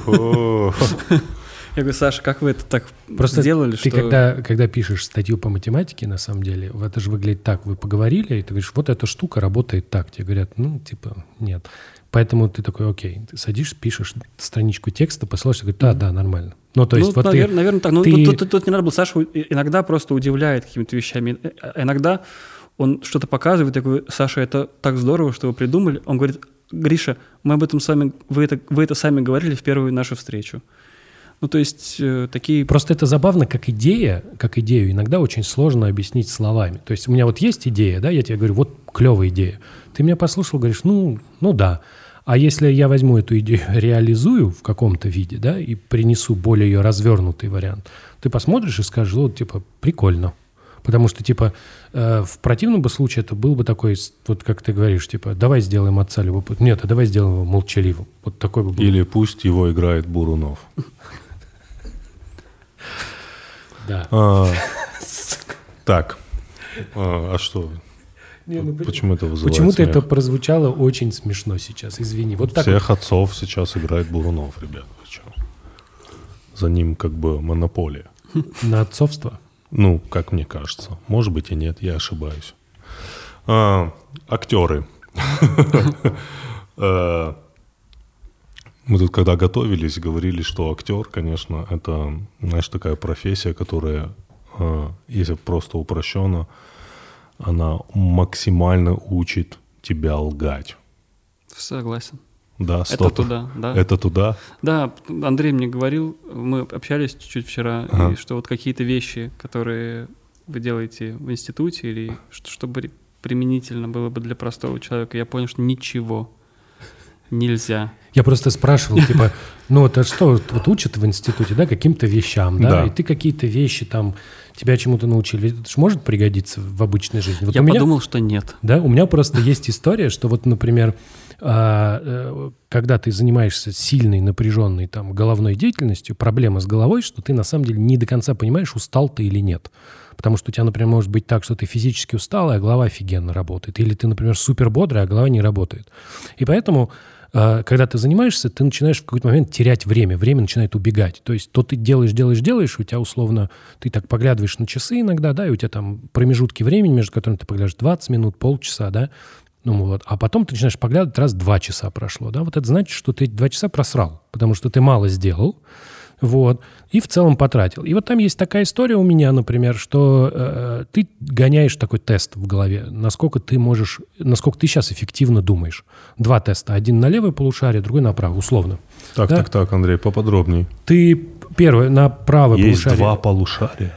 говорю, Саша, как вы это так просто сделали? Ты когда пишешь статью по математике, на самом деле, это же выглядит так, вы поговорили, и ты говоришь, вот эта штука работает так. Тебе говорят, нет. Поэтому ты такой, окей, ты садишься, пишешь страничку текста, посылаешь, и говоришь, да, нормально. Наверное, так. Тут не надо было. Саша иногда просто удивляет какими-то вещами. Иногда он что-то показывает, я говорю, Саша, это так здорово, что вы придумали. Он говорит, Гриша, мы об этом с вами, вы это сами говорили в первую нашу встречу. То есть такие... Просто это забавно, как идею иногда очень сложно объяснить словами. То есть у меня вот есть идея, да, я тебе говорю, вот клевая идея. Ты меня послушал, говоришь, да. А если я возьму эту идею, реализую в каком-то виде, да, и принесу более ее развернутый вариант, ты посмотришь и скажешь, прикольно. Потому что, в противном бы случае это был бы такой, вот как ты говоришь, давай сделаем отца любопытным. Нет, давай сделаем его молчаливым. Вот такой бы был. Или пусть его играет Бурунов. Да. Так. А что? Почему это вызывает Почему-то смех? это прозвучало очень смешно сейчас, извини. Вот так Всех отцов сейчас играет Бурунов, ребят. За ним как бы монополия. На отцовство? Как мне кажется. Может быть и нет, я ошибаюсь. Актеры. Мы тут, когда готовились, говорили, что актер, конечно, это, такая профессия, которая, если просто упрощенно, она максимально учит тебя лгать. Согласен. Да, стоп. Это туда, да. Это туда? Да, Андрей мне говорил, мы общались чуть-чуть вчера, и что вот какие-то вещи, которые вы делаете в институте, или чтобы применительно было бы для простого человека, я понял, что ничего нельзя. Я просто спрашивал, это что, вот учат в институте, да, каким-то вещам, да, и ты какие-то вещи там, тебя чему-то научили, это же может пригодиться в обычной жизни? Вот я подумал, что нет. Да, у меня просто есть история, что вот, например, когда ты занимаешься сильной, напряженной там головной деятельностью, проблема с головой, что ты на самом деле не до конца понимаешь, устал ты или нет. Потому что у тебя, например, может быть так, что ты физически устал, а голова офигенно работает. Или ты, например, супер бодрый, а голова не работает. И поэтому, когда ты занимаешься, ты начинаешь в какой-то момент терять время. Время начинает убегать. То есть то ты делаешь, у тебя условно, ты так поглядываешь на часы иногда, да, и у тебя там промежутки времени, между которыми ты поглядываешь 20 минут, полчаса, да, а потом ты начинаешь поглядывать, раз 2 часа прошло, да, вот это значит, что ты 2 часа просрал, потому что ты мало сделал, и в целом потратил. И вот там есть такая история у меня, например, что ты гоняешь такой тест в голове, насколько ты сейчас эффективно думаешь. 2 теста, один на левое полушарие, другой на правое, условно. Так, Андрей, поподробней. Ты первое на правое есть полушарие. Есть 2 полушария?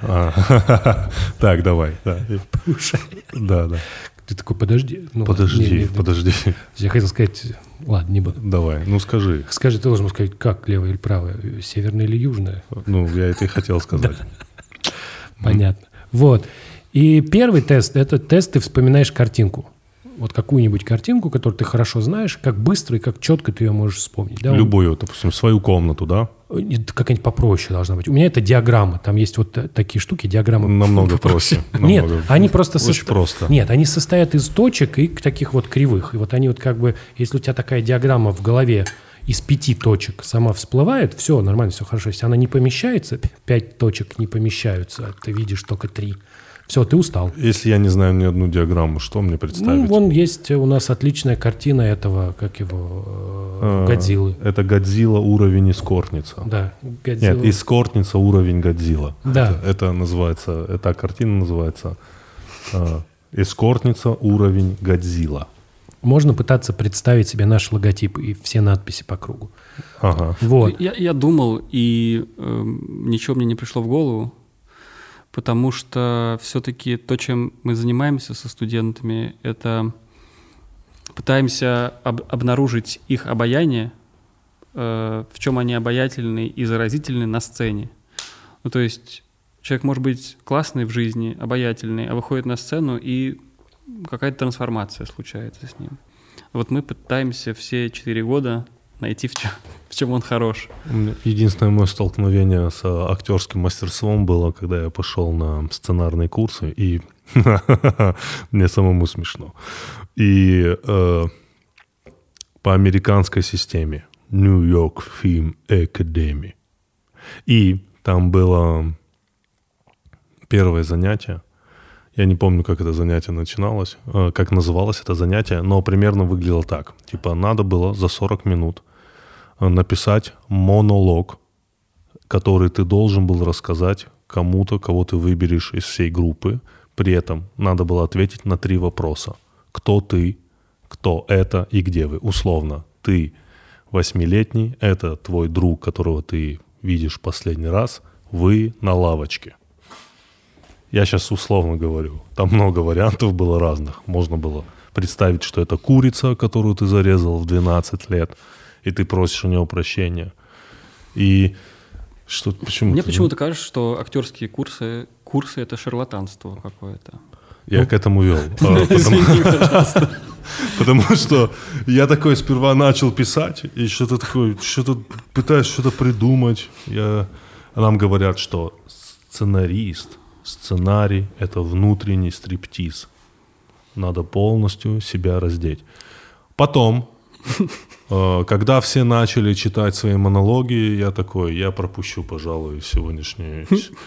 Так, давай. Полушарие. Да. Ты такой, подожди. Подожди. Я хотел сказать, ладно, не буду. Давай, скажи. Скажи, ты должен сказать, как левое или правое, северное или южное? Я это и хотел сказать. Понятно. И первый тест, это тест, ты вспоминаешь картинку. Вот какую-нибудь картинку, которую ты хорошо знаешь, как быстро и как четко ты ее можешь вспомнить. Да? Любую, допустим, свою комнату, да? какая-нибудь попроще должна быть. У меня это диаграммы. Там есть вот такие штуки, диаграммы. Намного проще. Нет, они просто... Очень просто. Нет, они состоят из точек и таких вот кривых. И вот они вот как бы... Если у тебя такая диаграмма в голове из 5 точек сама всплывает, все, нормально, все хорошо. Если она не помещается, 5 точек не помещаются, ты видишь только 3. Все, ты устал. Если я не знаю ни одну диаграмму, что мне представить? Ну, вон есть у нас отличная картина этого, как его, Годзиллы. Это Годзилла уровень Эскортница. Да, Годзилла. Нет, Эскортница уровень Годзилла. Да. Это называется, эта картина называется Эскортница уровень Годзилла. Можно пытаться представить себе наш логотип и все надписи по кругу. Ага. Вот. Я думал, и ничего мне не пришло в голову, потому что все-таки то, чем мы занимаемся со студентами, это пытаемся обнаружить их обаяние, в чем они обаятельны и заразительны на сцене. Ну, то есть человек может быть классный в жизни, обаятельный, а выходит на сцену, и какая-то трансформация случается с ним. Вот мы пытаемся все 4 года найти, в чем он хорош. Единственное мое столкновение с актерским мастерством было, когда я пошел на сценарные курсы, и мне самому смешно. И по американской системе New York Film Academy. И там было первое занятие. Я не помню, как это занятие начиналось, как называлось это занятие, но примерно выглядело так. Типа надо было за 40 минут написать монолог, который ты должен был рассказать кому-то, кого ты выберешь из всей группы. При этом надо было ответить на 3 вопроса. Кто ты, кто это и где вы. Условно, ты 8-летний, это твой друг, которого ты видишь последний раз, вы на лавочке. Я сейчас условно говорю. Там много вариантов было разных. Можно было представить, что это курица, которую ты зарезал в 12 лет, и ты просишь у него прощения. И что, почему? Мне почему-то кажется, что актерские курсы это шарлатанство какое-то. Я к этому вел. Потому что я такой сперва начал писать, и что-то такое, пытаюсь что-то придумать. Нам говорят, что сценарий — это внутренний стриптиз. Надо полностью себя раздеть. Потом, когда все начали читать свои монологи, я такой, я пропущу, пожалуй, сегодняшний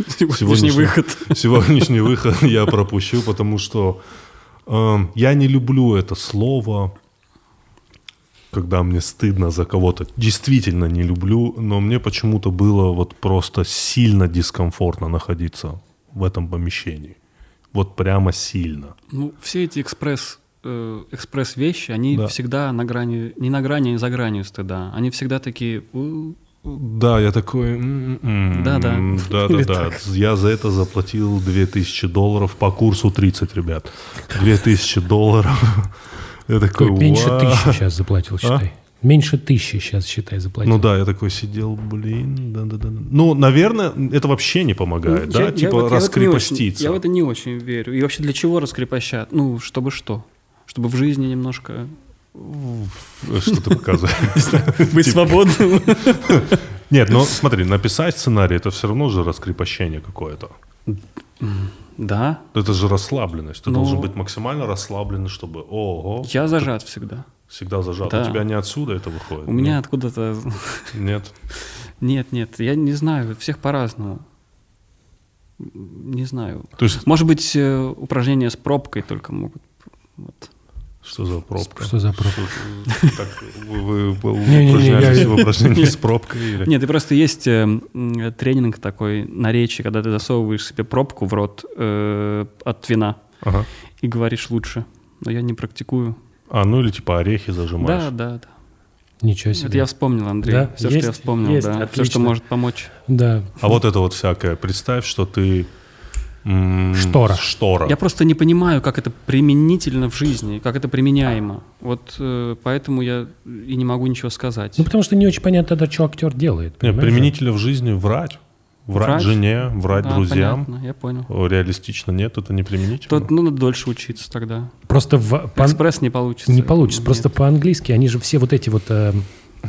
выход я пропущу, потому что я не люблю это слово, когда мне стыдно за кого-то. Действительно не люблю, но мне почему-то было вот просто сильно дискомфортно находиться в этом помещении. Вот прямо сильно. Ну, все эти экспресс-вещи, они всегда на грани, не на грани, а за гранью стыда. Они всегда такие... Да, я такой... Да-да. Да. Я за это заплатил $2000 по курсу 30, ребят. $2000. Я такой, меньше 1000 сейчас заплатил, считай. Меньше 1000 сейчас, считай, заплатил. Ну да, я такой сидел, да. Ну, наверное, это вообще не помогает, да? Типа раскрепоститься. Я в это не очень верю. И вообще для чего раскрепощать? Ну, чтобы что? Чтобы в жизни немножко... Что ты показываешь? Быть свободным. Нет, ну смотри, написать сценарий — это все равно же раскрепощение какое-то. Да. Это же расслабленность. Ты должен быть максимально расслабленный, чтобы... Ого. Я зажат всегда. Всегда зажат. Да. У тебя не отсюда это выходит? У меня откуда-то... Нет? Нет. Я не знаю. Всех по-разному. Не знаю. То есть... Может быть, упражнения с пробкой только могут... Вот. Что за пробка? Что за пробка? Вы упражняетесь в упражнении с пробкой? Нет, и просто есть тренинг такой на речи, когда ты засовываешь себе пробку в рот от вина и говоришь лучше. Но я не практикую. Ну или типа орехи зажимаешь. Да. Ничего себе. Это я вспомнил, Андрей. Да? Все, что я вспомнил, да. Все, что может помочь. Да. А вот это вот всякое. Представь, что ты... Штора. Я просто не понимаю, как это применительно в жизни, как это применяемо. Вот поэтому я и не могу ничего сказать. Ну, потому что не очень понятно, что актер делает. Нет, применительно в жизни врать. Врать жене, врать друзьям. Понятно, я понял. Реалистично нет, это не применительно. Тут надо дольше учиться тогда. Просто экспресс не получится. Не получится. Нет. Просто по-английски они же все вот эти вот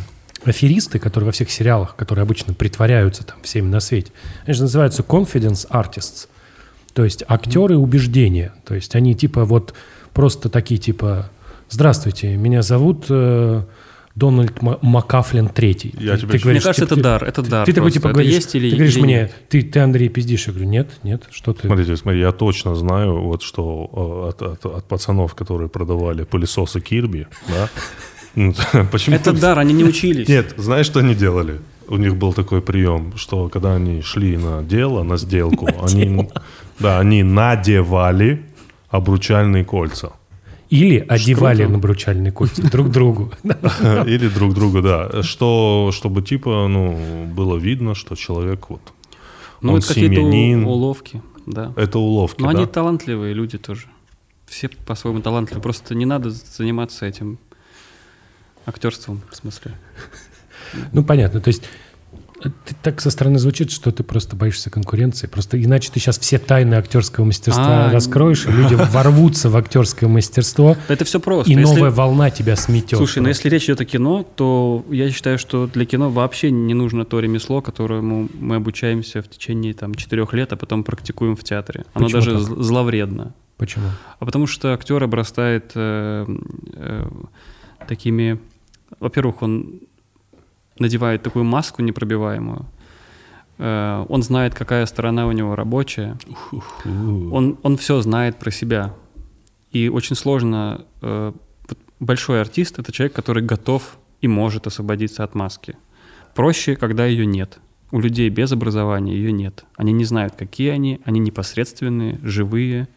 аферисты, которые во всех сериалах, которые обычно притворяются там всеми на свете, они же называются confidence artists, то есть актеры убеждения. То есть они типа вот просто такие типа «Здравствуйте, меня зовут Дональд Макафлин III». Мне кажется, это дар. Это дар. Ты такой типа говоришь, есть или, ты говоришь или мне, нет? ты Андрей пиздишь. Я говорю, нет, что ты... Смотри, я точно знаю, вот что от пацанов, которые продавали пылесосы Кирби, да? Почему? Это дар, они не учились. Нет, знаешь, что они делали? У них был такой прием, что когда они шли на дело, на сделку, они надевали обручальные кольца. Или одевали на обручальные кольца друг другу. Или друг другу, да. Чтобы типа, было видно, что человек вот, он это какие-то семьянин. уловки, да. Это уловки, Но да? они талантливые люди тоже. Все по-своему талантливые. Просто не надо заниматься этим актерством, в смысле. Понятно. То есть ты так со стороны звучит, что ты просто боишься конкуренции. Просто иначе ты сейчас все тайны актерского мастерства раскроешь, и люди ворвутся в актерское мастерство. Это все просто. И новая волна тебя сметет. Слушай, если речь идет о кино, то я считаю, что для кино вообще не нужно то ремесло, которому мы обучаемся в течение 4 лет, а потом практикуем в театре. Оно Почему даже так? зловредно. Почему? А потому что актер обрастает такими... Во-первых, он надевает такую маску непробиваемую. Он знает, какая сторона у него рабочая. Он все знает про себя. И очень сложно... Большой артист — это человек, который готов и может освободиться от маски. Проще, когда ее нет. У людей без образования ее нет. Они не знают, какие они непосредственные, живые,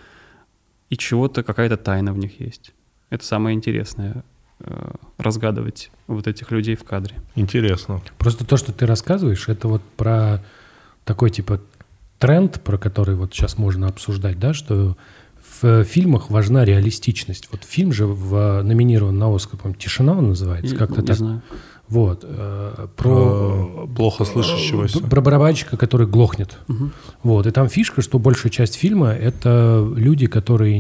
и чего-то, какая-то тайна в них есть. Это самое интересное — разгадывать вот этих людей в кадре. Интересно. Просто то, что ты рассказываешь, это вот про такой типа тренд, про который вот сейчас можно обсуждать, да, что в фильмах важна реалистичность. Вот фильм же номинирован на Оскар, по-моему, «Тишина» он называется, как-то не так. Знаю. Вот. Про плохо слышащегося. Про барабанщика, который глохнет. Угу. Вот. И там фишка, что большая часть фильма — это люди, которые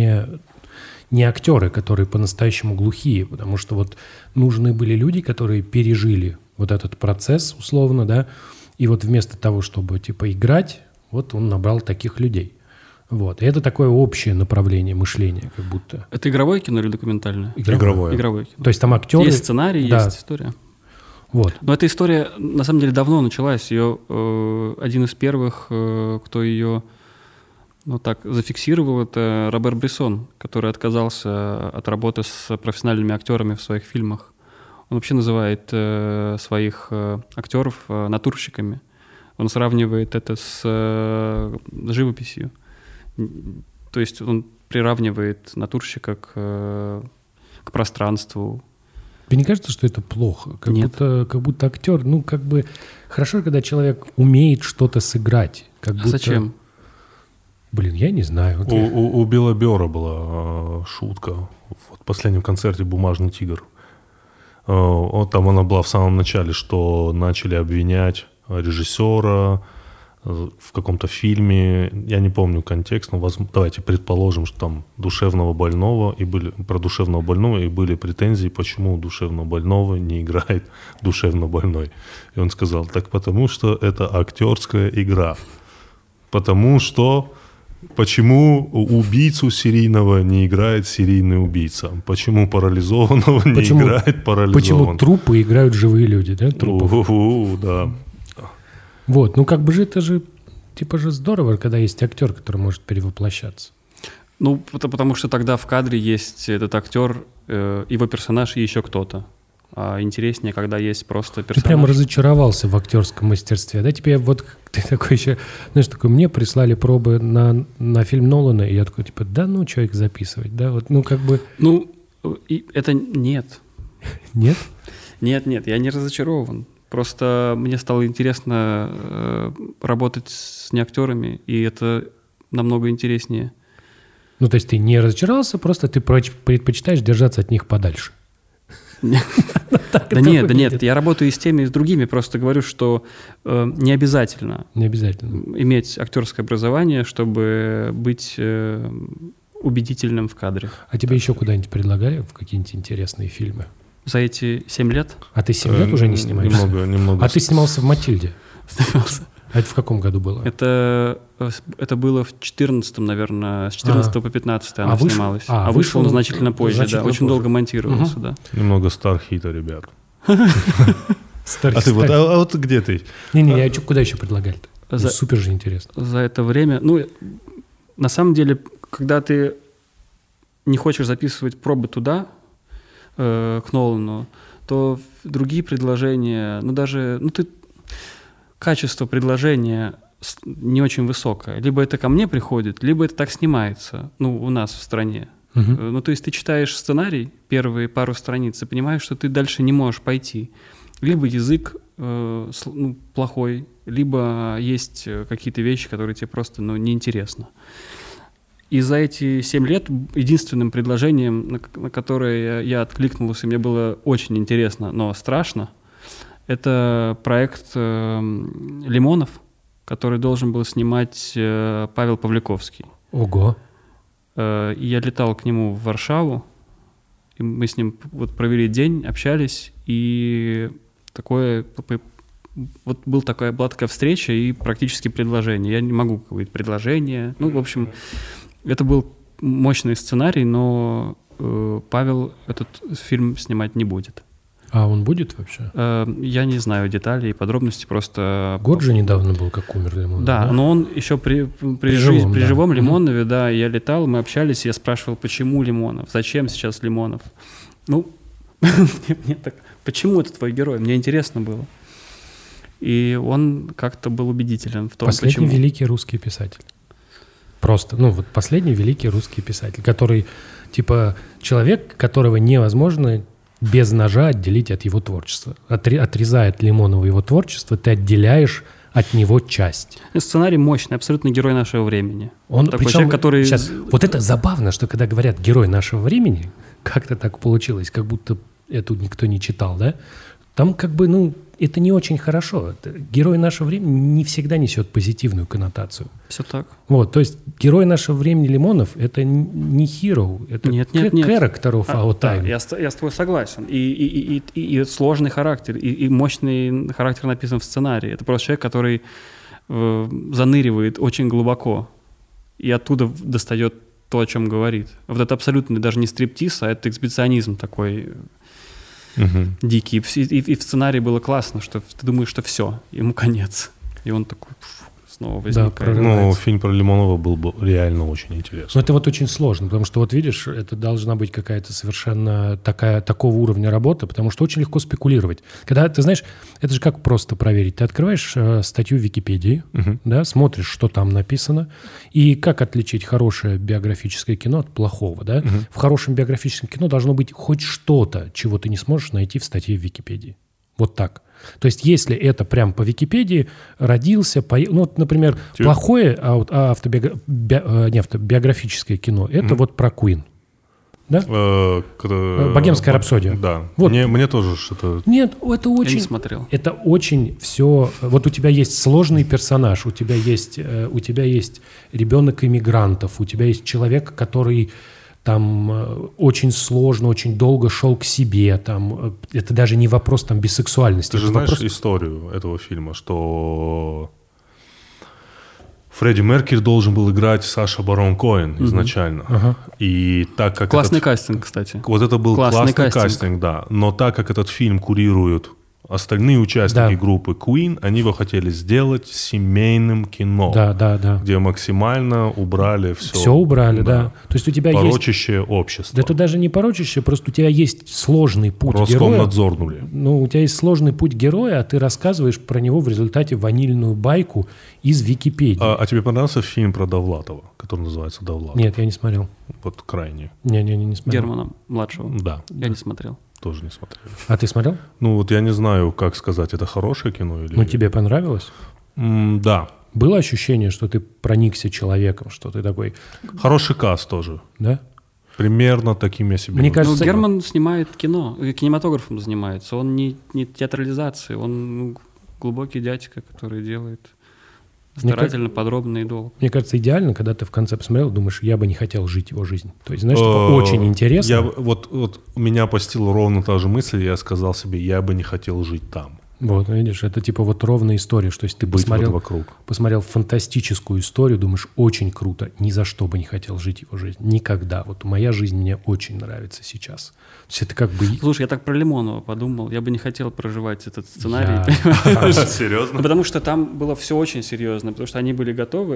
не актеры, которые по-настоящему глухие, потому что вот нужны были люди, которые пережили вот этот процесс, условно, да, и вот вместо того, чтобы, типа, играть, вот он набрал таких людей. Вот. И это такое общее направление мышления, как будто. Это игровое кино или документальное? Игровое. Игровое кино. То есть там актеры... Есть сценарий, да. есть история. Вот. Но эта история, на самом деле, давно началась. Ее один из первых, кто ее зафиксировал, это Робер Бresson, который отказался от работы с профессиональными актерами в своих фильмах. Он вообще называет своих актеров натурщиками. Он сравнивает это с живописью. То есть он приравнивает натурщика к пространству. Тебе не кажется, что это плохо? Нет. Как будто актер, хорошо, когда человек умеет что-то сыграть. Зачем? Блин, я не знаю. У Билла Бёрра была шутка в последнем концерте «Бумажный тигр». Там она была в самом начале, что начали обвинять режиссера в каком-то фильме, я не помню контекст, но давайте предположим, что там про душевного больного и были претензии, почему у душевно больного не играет душевно больной. И он сказал, так потому что это актерская игра. Почему убийцу серийного не играет серийный убийца? Почему парализованного не играет парализованный? Почему трупы играют живые люди, да? Да. Вот, это же здорово, когда есть актер, который может перевоплощаться. Потому что тогда в кадре есть этот актер, его персонаж и еще кто-то. А интереснее, когда есть просто персонаж. Ты прямо разочаровался в актерском мастерстве, да? Тебе ты такой еще, мне прислали пробы на фильм Нолана, и я такой, что их записывать, да? Это нет. Нет? Нет, я не разочарован. Просто мне стало интересно работать с неактерами, и это намного интереснее. То есть ты не разочаровался, просто ты предпочитаешь держаться от них подальше. Да нет, я работаю и с теми, и с другими, просто говорю, что не обязательно иметь актерское образование, чтобы быть убедительным в кадре. А тебе еще куда-нибудь предлагали в какие-нибудь интересные фильмы? за эти 7 лет. А ты 7 лет уже не снимаешься? Немного. А ты снимался в «Матильде»? Снимался. А это в каком году было? Это было в 14-м, наверное, с 14 по 15 она снималась. Вышел он значительно позже, да. Очень долго монтировался, да. Немного Стархита, ребят. А ты вот где ты? Не-не, я куда еще предлагали-то? Супер же интересно. За это время... На самом деле, когда ты не хочешь записывать пробы туда, к Нолану, то другие предложения, качество предложения не очень высокое. Либо это ко мне приходит, либо это так снимается, у нас в стране. То есть ты читаешь сценарий, первые пару страниц, и понимаешь, что ты дальше не можешь пойти. Либо язык плохой, либо есть какие-то вещи, которые тебе просто неинтересны. И за эти 7 лет единственным предложением, на которое я откликнулся, и мне было очень интересно, но страшно, это проект «Лимонов», который должен был снимать Павел Павликовский. Ого! И я летал к нему в Варшаву, и мы с ним провели день, общались, и была такая встреча и практически предложение. Я не могу говорить предложение. В общем, это был мощный сценарий, но Павел этот фильм снимать не будет. А он будет вообще? Я не знаю деталей и подробностей, просто... Год же недавно был, как умер Лимонов. Да, но он еще при живом Лимонове, да, я летал, мы общались, я спрашивал, почему Лимонов, зачем сейчас Лимонов? Мне так, почему это твой герой? Мне интересно было. И он как-то был убедителен в том, Последний великий русский писатель. Просто, последний великий русский писатель, который, человек, которого невозможно без ножа отделить от его творчества. Отрезает Лимонова его творчество, ты отделяешь от него часть. Сценарий мощный, абсолютно герой нашего времени. Он такой человек, который... Сейчас, это забавно, что когда говорят «герой нашего времени», как-то так получилось, как будто это никто не читал, да? Там это не очень хорошо. Герой нашего времени не всегда несет позитивную коннотацию. Все так. То есть герой нашего времени Лимонов — это не hero, это character of our time. Да, я с тобой согласен. И сложный характер, и мощный характер написан в сценарии. Это просто человек, который заныривает очень глубоко и оттуда достает то, о чем говорит. Это абсолютно даже не стриптиз, а это эксбиционизм такой... дикий. И в сценарии было классно, что ты думаешь, что все, ему конец. И он такой снова возникает. Да, фильм про Лимонова был бы реально очень интересный. Но это очень сложно, потому что видишь, это должна быть какая-то совершенно такого уровня работа, потому что очень легко спекулировать. Когда, ты знаешь, это же как просто проверить. Ты открываешь статью в Википедии, да, смотришь, что там написано, и как отличить хорошее биографическое кино от плохого, да? В хорошем биографическом кино должно быть хоть что-то, чего ты не сможешь найти в статье в Википедии. Вот так. То есть, если это прям по Википедии родился, например, плохое автобиографическое кино, это про Queen. Да? «Богемская рапсодия». Да. Мне тоже что-то... Нет, это очень... Я не смотрел. Это очень все... У тебя есть сложный персонаж, у тебя есть ребенок иммигрантов, у тебя есть человек, который... Там очень сложно, очень долго шел к себе. Там, это даже не вопрос бисексуальности. Ты же знаешь историю этого фильма, что Фредди Меркьюри должен был играть Саша Барон Коэн изначально. И так как классный кастинг, кстати. Это был классный кастинг, да. Но так как этот фильм курируют остальные участники группы Queen, они его хотели сделать семейным кино. Да. Где максимально убрали все. Все убрали, да. То есть у тебя порочащее общество. Да это даже не порочащее, просто у тебя есть сложный путь героя. Роскомнадзорнули. У тебя есть сложный путь героя, а ты рассказываешь про него в результате ванильную байку из Википедии. А тебе понравился фильм про Довлатова, который называется «Довлатов»? Нет, я не смотрел. Крайне. Не смотрел. Германа младшего? Да. Я не смотрел. Тоже не смотрел. А ты смотрел? Я не знаю, как сказать, это хорошее кино или... тебе понравилось? Да. Было ощущение, что ты проникся человеком, что ты такой... Хороший каст тоже. Да? Примерно таким я себе... Мне кажется, Герман снимает кино, кинематографом занимается. Он не театрализацией, он глубокий дядька, который делает Старательно, подробно и долго. Мне кажется, идеально, когда ты в конце посмотрел, думаешь, я бы не хотел жить его жизнь. То есть, знаешь, типа, очень интересно. Вот меня постигла ровно та же мысль, я сказал себе, я бы не хотел жить там. Вот, видишь, это типа вот ровная история, что если ты посмотрел фантастическую историю, думаешь, очень круто, ни за что бы не хотел жить его жизнь, никогда. Вот моя жизнь мне очень нравится сейчас. То есть это как бы... Слушай, я так про Лимонова подумал, я бы не хотел проживать этот сценарий. Серьезно? Потому что там было все очень серьезно, потому что они были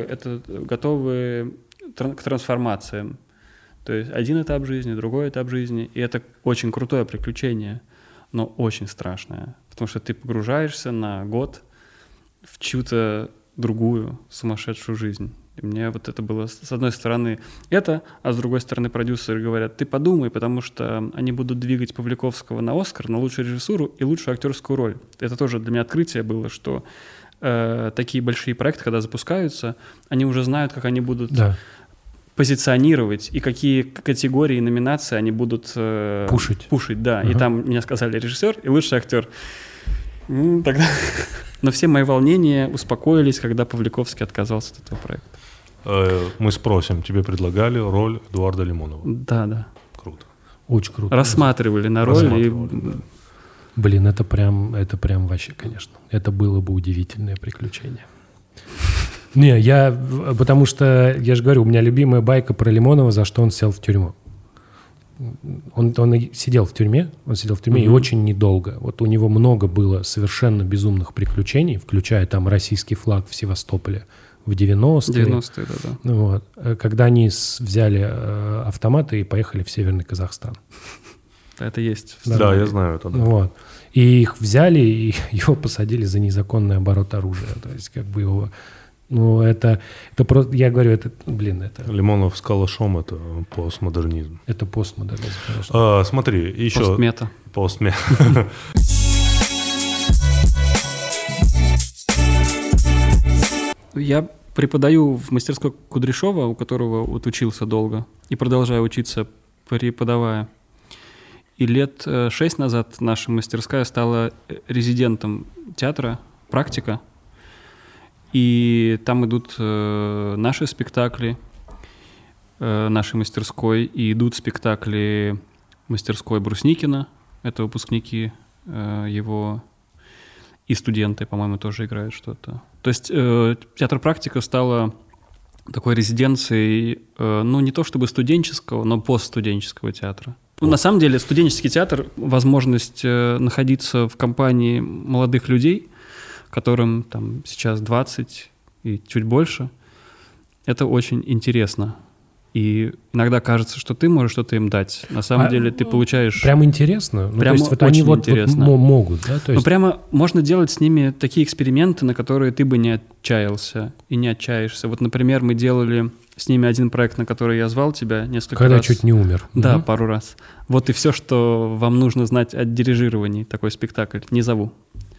готовы к трансформациям. То есть один этап жизни, другой этап жизни, и это очень крутое приключение, но очень страшное. Потому что ты погружаешься на год в чью-то другую сумасшедшую жизнь. И мне вот это было, с одной стороны, это, а с другой стороны, продюсеры говорят, ты подумай, потому что они будут двигать Павликовского на «Оскар», на лучшую режиссуру и лучшую актерскую роль. Это тоже для меня открытие было, что такие большие проекты, когда запускаются, они уже знают, как они будут... Да. позиционировать и какие категории и номинации они будут пушить, да. И там мне сказали режиссер и лучший актер. Тогда... Но все мои волнения успокоились, когда Павликовский отказался от этого проекта. Мы спросим, тебе предлагали роль Эдуарда Лимонова? Да. Круто. Очень круто. Рассматривали на роль. Да. Блин, это прям вообще, конечно. Это было бы удивительное приключение. Не, потому что, я же говорю, у меня любимая байка про Лимонова, за что он сел в тюрьму. Он сидел в тюрьме, и очень недолго. Вот у него много было совершенно безумных приключений, включая там российский флаг в Севастополе в 90-е. 90-е, да. Вот, когда они взяли автоматы и поехали в Северный Казахстан. Это есть. Да, я знаю это. Да. Вот. И их взяли, и его посадили за незаконный оборот оружия. То есть как бы его... Ну, это просто, я говорю, это. Лимонов с калашом — это постмодернизм. Это постмодернизм, конечно. Смотри, еще... Постмета. Я преподаю в мастерской Кудряшова, у которого вот учился долго, и продолжаю учиться, преподавая. И лет 6 назад наша мастерская стала резидентом театра «Практика». И там идут наши спектакли нашей мастерской, и идут спектакли мастерской Брусникина, это выпускники его, и студенты, по-моему, тоже играют что-то. То есть театр «Практика» стала такой резиденцией, ну, не то чтобы студенческого, но постстуденческого театра. Ну, на самом деле, студенческий театр — возможность находиться в компании молодых людей, которым там сейчас 20 и чуть больше, это очень интересно. И иногда кажется, что ты можешь что-то им дать. На самом деле ты получаешь... Прям интересно? Прямо то есть вот очень они интересно. Вот могут, да? То есть... Ну, прямо можно делать с ними такие эксперименты, на которые ты бы не отчаялся и не отчаешься. Вот, например, мы делали с ними один проект, на который я звал тебя несколько раз. Когда чуть не умер. Да, пару раз. Вот и все, что вам нужно знать о дирижировании, такой спектакль. Не зову.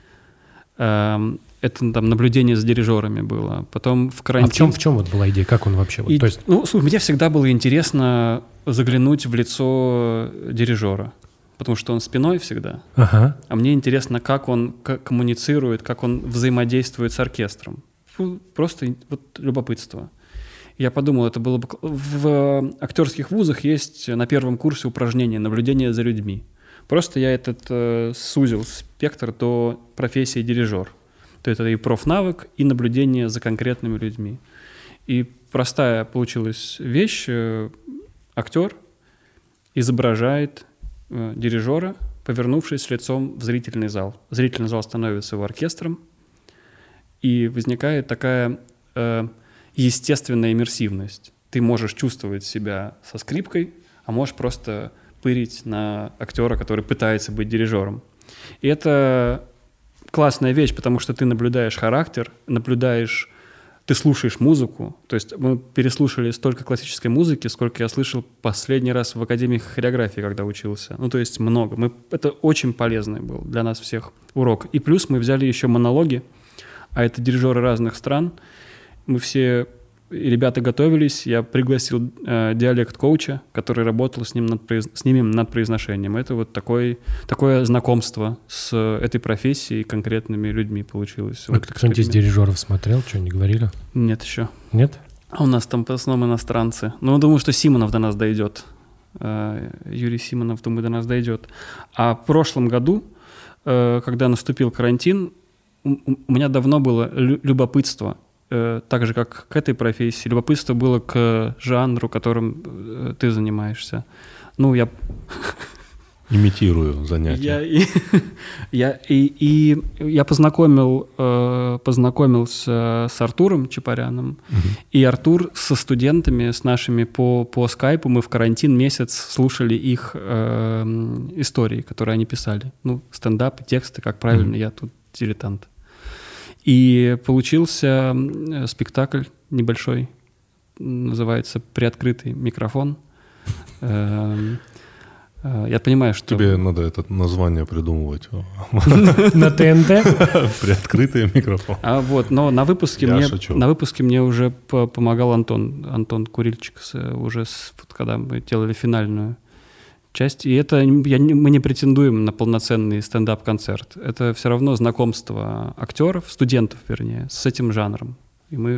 Это там наблюдение за дирижерами было. Потом в карантин... А в чем вот была идея? Как он вообще? То есть... Ну, слушай, мне всегда было интересно заглянуть в лицо дирижера, потому что он спиной всегда. А мне интересно, как он коммуницирует, как он взаимодействует с оркестром. Просто вот любопытство. Я подумал, это было бы... В актерских вузах есть на первом курсе упражнение «Наблюдение за людьми». Просто я сузил спектр до профессии дирижер. То есть это и профнавык, и наблюдение за конкретными людьми. И простая получилась вещь. Актер изображает дирижера, повернувшись лицом в зрительный зал. Зрительный зал становится его оркестром, и возникает такая естественная иммерсивность. Ты можешь чувствовать себя со скрипкой, а можешь просто пырить на актера, который пытается быть дирижером. И это классная вещь, потому что ты наблюдаешь характер, ты слушаешь музыку. То есть мы переслушали столько классической музыки, сколько я слышал последний раз в Академии хореографии, когда учился. Ну, то есть много. Это очень полезный был для нас всех урок. И плюс мы взяли еще монологи, а это дирижеры разных стран. Мы все и ребята готовились, я пригласил диалект-коуча, который работал с ними над произношением. Это вот такое знакомство с этой профессией и конкретными людьми получилось. А вот кто-нибудь из дирижеров смотрел, что, не говорили? Нет еще. Нет? А у нас там в основном иностранцы. Ну, думаю, что Симонов до нас дойдет. Юрий Симонов, думаю, до нас дойдет. А в прошлом году, когда наступил карантин, у меня давно было любопытство, так же, как к этой профессии. Любопытство было к жанру, которым ты занимаешься. Ну, я... Имитирую занятия. Я познакомился с Артуром Чапаряном, и Артур со студентами, с нашими по скайпу, мы в карантин месяц слушали их истории, которые они писали. Ну, стендап, тексты, как правильно, я тут дилетант. И получился спектакль небольшой, называется «Приоткрытый микрофон». Я понимаю, что... Тебе надо это название придумывать. На ТНТ? Приоткрытый микрофон. Но на выпуске мне уже помогал Антон Курильчик, уже когда мы делали финальную часть. И это мы не претендуем на полноценный стендап-концерт. Это все равно знакомство актеров, студентов, вернее, с этим жанром. И мы...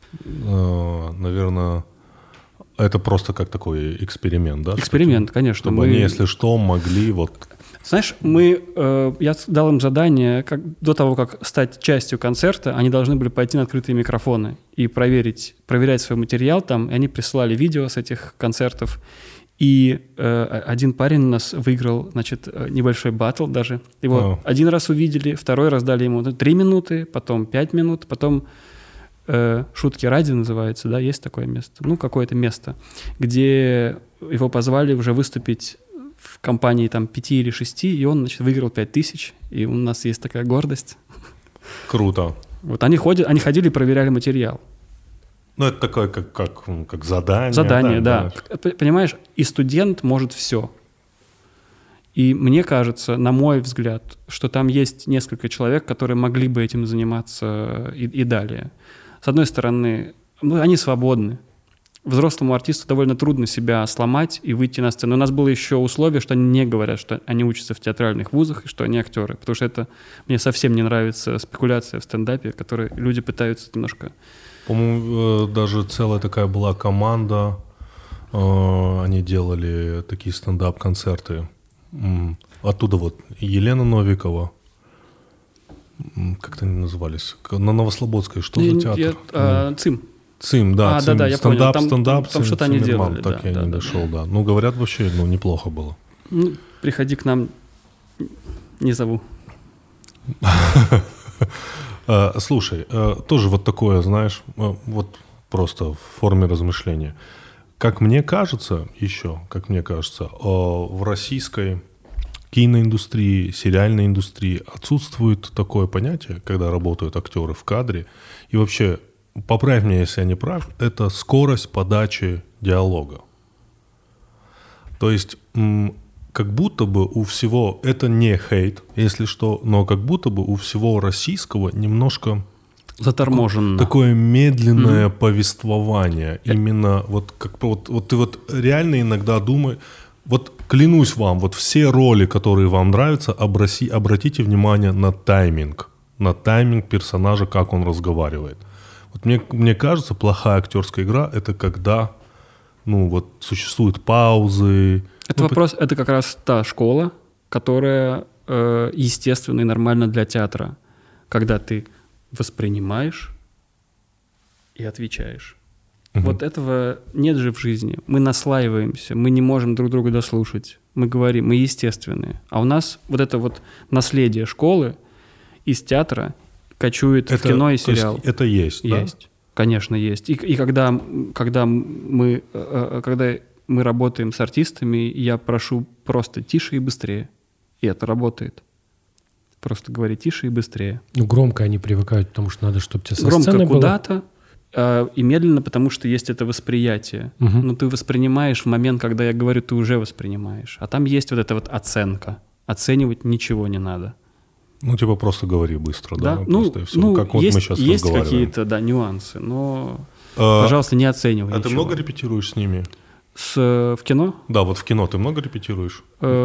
Наверное... Это просто как такой эксперимент, да? Эксперимент, конечно. Чтобы они, если что, могли вот... Знаешь, я дал им задание, до того, как стать частью концерта, они должны были пойти на открытые микрофоны и проверять свой материал там. И они присылали видео с этих концертов. И один парень у нас выиграл, значит, небольшой баттл даже. Его один раз увидели, второй раз дали ему 3 минуты, потом 5 минут, потом... «Шутки ради» называется, да, есть такое место, ну, какое-то место, где его позвали уже выступить в компании там 5 или 6, и он, значит, выиграл 5000, и у нас есть такая гордость. Круто. Вот они ходили и проверяли материал. Ну, это такое, как задание. Задание, да. Понимаешь, и студент может все. И мне кажется, на мой взгляд, что там есть несколько человек, которые могли бы этим заниматься и далее. С одной стороны, они свободны. Взрослому артисту довольно трудно себя сломать и выйти на сцену. У нас было еще условие, что они не говорят, что они учатся в театральных вузах и что они актеры. Потому что мне совсем не нравится спекуляция в стендапе, которой люди пытаются немножко... По-моему, даже целая такая была команда. Они делали такие стендап-концерты. Оттуда вот Елена Новикова. Как-то они назывались? На Новослободской. Что за театр? ЦИМ. ЦИМ, да. ЦИМ. Да, я понял. Там ЦИМ, что-то они делали. Так я не дошел, да. Ну, говорят, вообще, неплохо было. Приходи к нам, не зову. Слушай, тоже вот такое, знаешь, вот просто в форме размышления. Как мне кажется, в российской киноиндустрии, сериальной индустрии отсутствует такое понятие, когда работают актеры в кадре. И вообще, поправь меня, если я не прав, это скорость подачи диалога. То есть, как будто бы у всего, это не хейт, если что, но как будто бы у всего российского немножко... Заторможенно. Такое медленное повествование. Именно вот ты вот реально иногда думаешь... Вот клянусь вам, вот все роли, которые вам нравятся, обратите внимание на тайминг. На тайминг персонажа, как он разговаривает. Вот мне кажется, плохая актерская игра — это когда существуют паузы. Это как раз та школа, которая естественна и нормальна для театра. Когда ты воспринимаешь и отвечаешь. Вот этого нет же в жизни. Мы наслаиваемся, мы не можем друг друга дослушать. Мы говорим, мы естественные. А у нас вот это вот наследие школы из театра кочует в кино и сериал. То есть это есть, да? Есть, конечно, есть. И когда мы работаем с артистами, я прошу просто тише и быстрее. И это работает. Просто говори тише и быстрее. Ну, громко они привыкают, потому что надо, чтобы тебе со громко сцены было. Куда-то, и медленно, потому что есть это восприятие. Но ты воспринимаешь в момент, когда я говорю, ты уже воспринимаешь. А там есть вот эта вот оценка. Оценивать ничего не надо. Ну, типа просто говори быстро, да? Как вот мы сейчас есть разговариваем. какие-то, нюансы, но Пожалуйста, не оценивай А ничего. ты много репетируешь с ними? В кино? Да, вот в кино ты много репетируешь?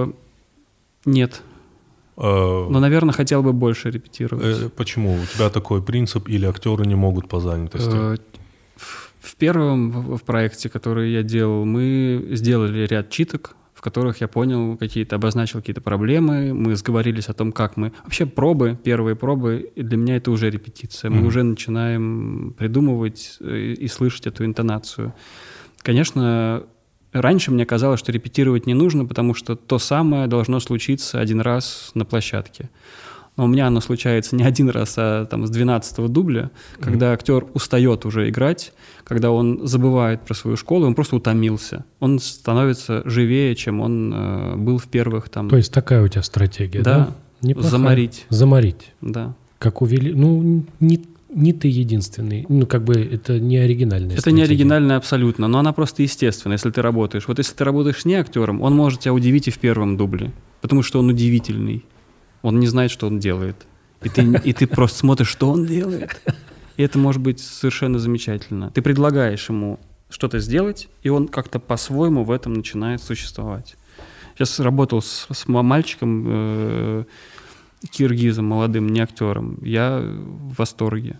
Нет. Но, наверное, хотел бы больше репетировать. Почему? У тебя такой принцип или актеры не могут по занятости? В первом проекте, который я делал, мы сделали ряд читок, в которых я понял обозначил какие-то проблемы, мы сговорились о том, как мы... Вообще первые пробы, и для меня это уже репетиция. Мы уже начинаем придумывать и слышать эту интонацию. Конечно, раньше мне казалось, что репетировать не нужно, потому что то самое должно случиться один раз на площадке. Но у меня оно случается не один раз, а там, с 12-го дубля, когда актер устает уже играть, когда он забывает про свою школу, он просто утомился. Он становится живее, чем он был в первых там... То есть такая у тебя стратегия, да? Неплохая. Заморить. Заморить. Да. Как увели... Ну, не ты единственный. Ну, как бы это не оригинальная Это стратегия. не оригинальная абсолютно, но она просто естественна, если ты работаешь. Вот если ты работаешь не актером, он может тебя удивить и в первом дубле, потому что он удивительный. Он не знает, что он делает. И ты просто смотришь, что он делает. И это может быть совершенно замечательно. Ты предлагаешь ему что-то сделать, и он как-то по-своему в этом начинает существовать. Сейчас работал с мальчиком, киргизом, молодым, не актером. Я в восторге.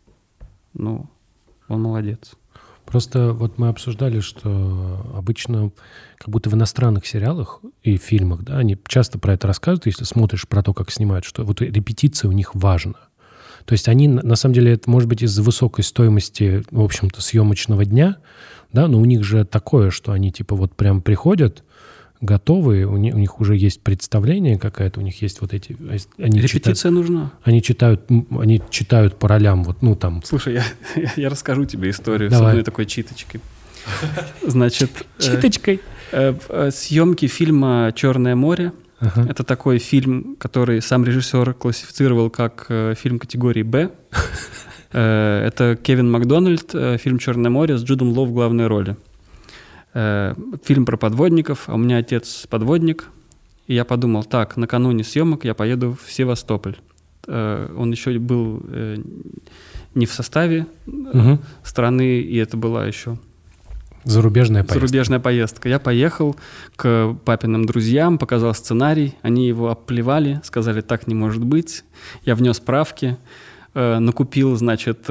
Он молодец. Просто вот мы обсуждали, что обычно как будто в иностранных сериалах и фильмах, да, они часто про это рассказывают, если смотришь про то, как снимают, что вот репетиция у них важна. То есть они, на самом деле, это может быть из-за высокой стоимости, в общем-то, съемочного дня, да, но у них же такое, что они типа вот прям приходят, готовые, у них уже есть представление какое-то, у них есть вот эти... Репетиция нужна. Они читают по ролям, вот, ну, там... Слушай, я расскажу тебе историю. Давай. С одной такой читочкой. Значит... Читочкой? Съемки фильма «Черное море». Это такой фильм, который сам режиссер классифицировал как фильм категории «Б». Это Кевин Макдональд, фильм «Черное море» с Джудом Лоу в главной роли. Фильм про подводников, а у меня отец подводник, и я подумал, так, накануне съемок я поеду в Севастополь. Он еще был не в составе страны, и это была еще зарубежная поездка. Я поехал к папиным друзьям, показал сценарий, они его оплевали, сказали, так не может быть. Я внес справки, накупил, значит,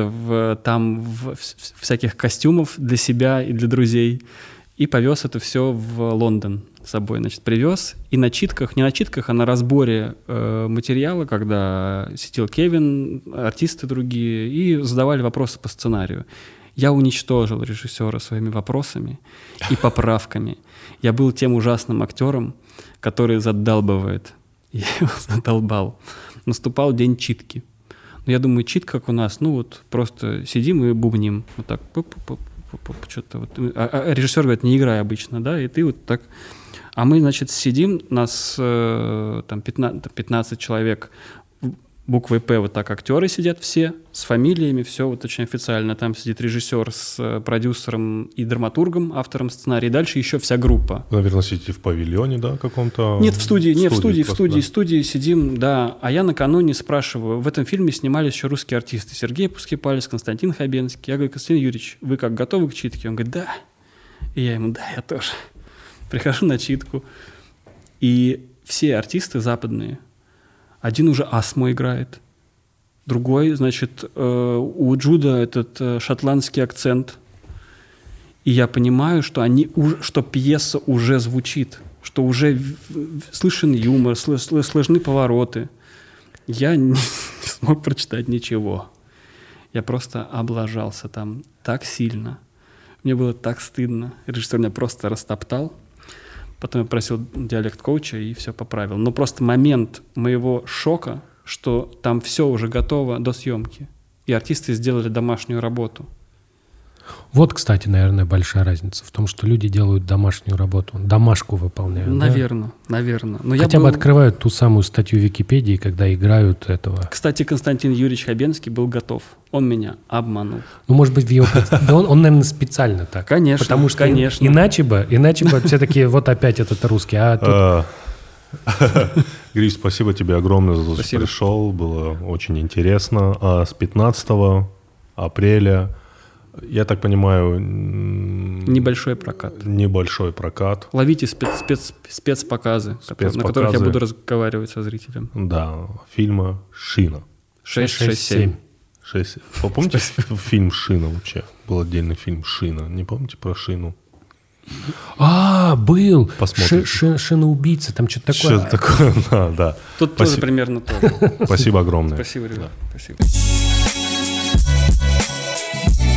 всяких костюмов для себя и для друзей, и повез это все в Лондон с собой. Значит, привез. И на читках, не на читках, а на разборе материала, когда сидел Кевин, артисты другие, и задавали вопросы по сценарию. Я уничтожил режиссера своими вопросами и поправками. Я был тем ужасным актером, который задалбывает. Я его задолбал. Наступал день читки. Но я думаю, читка как у нас, просто сидим и бубним. Вот так. Что-то вот. А режиссер говорит, не играй обычно, да, и ты вот так. А мы, значит, сидим, нас там 15 человек, буквой «П» вот так актеры сидят все, с фамилиями, все вот очень официально. Там сидит режиссер с продюсером и драматургом, автором сценария, и дальше еще вся группа. Наверное, сидите в павильоне, да, каком-то? Нет, в студии сидим, да. А я накануне спрашиваю, в этом фильме снимались еще русские артисты. Сергей Пускипалец, Константин Хабенский. Я говорю, Константин Юрьевич, вы как, готовы к читке? Он говорит, да. И я ему, да, я тоже. Прихожу на читку, и все артисты западные, один уже астму играет, другой, значит, у Джуда этот шотландский акцент. И я понимаю, что что пьеса уже звучит, что уже слышен юмор, слышны повороты. Я не смог прочитать ничего. Я просто облажался там так сильно. Мне было так стыдно. Режиссер меня просто растоптал. Потом я просил диалект-коуча и все поправил. Но просто момент моего шока, что там все уже готово до съемки. И артисты сделали домашнюю работу. Вот, кстати, наверное, большая разница в том, что люди делают домашнюю работу, домашку выполняют. Наверное. Но хотя бы открывают ту самую статью в Википедии, когда играют этого. Кстати, Константин Юрьевич Хабенский был готов. Он меня обманул. Ну, может быть, в его... Он, наверное, специально так. Конечно, потому что конечно. Иначе бы все-таки вот опять этот русский. Гриш, спасибо тебе огромное за то, что пришел. Было очень интересно. А с 15 апреля Я так понимаю... Небольшой прокат. Небольшой прокат. Ловите спецпоказы, на которых я буду разговаривать со зрителем. Да, фильма «Шина». 667. Вы помните фильм «Шина» вообще? Был отдельный фильм «Шина». Не помните про «Шину»? Был. Посмотрите. Шина-убийца, там что-то такое. Что-то такое, да. Тут тоже примерно то же. Спасибо огромное. Спасибо, ребят. Спасибо.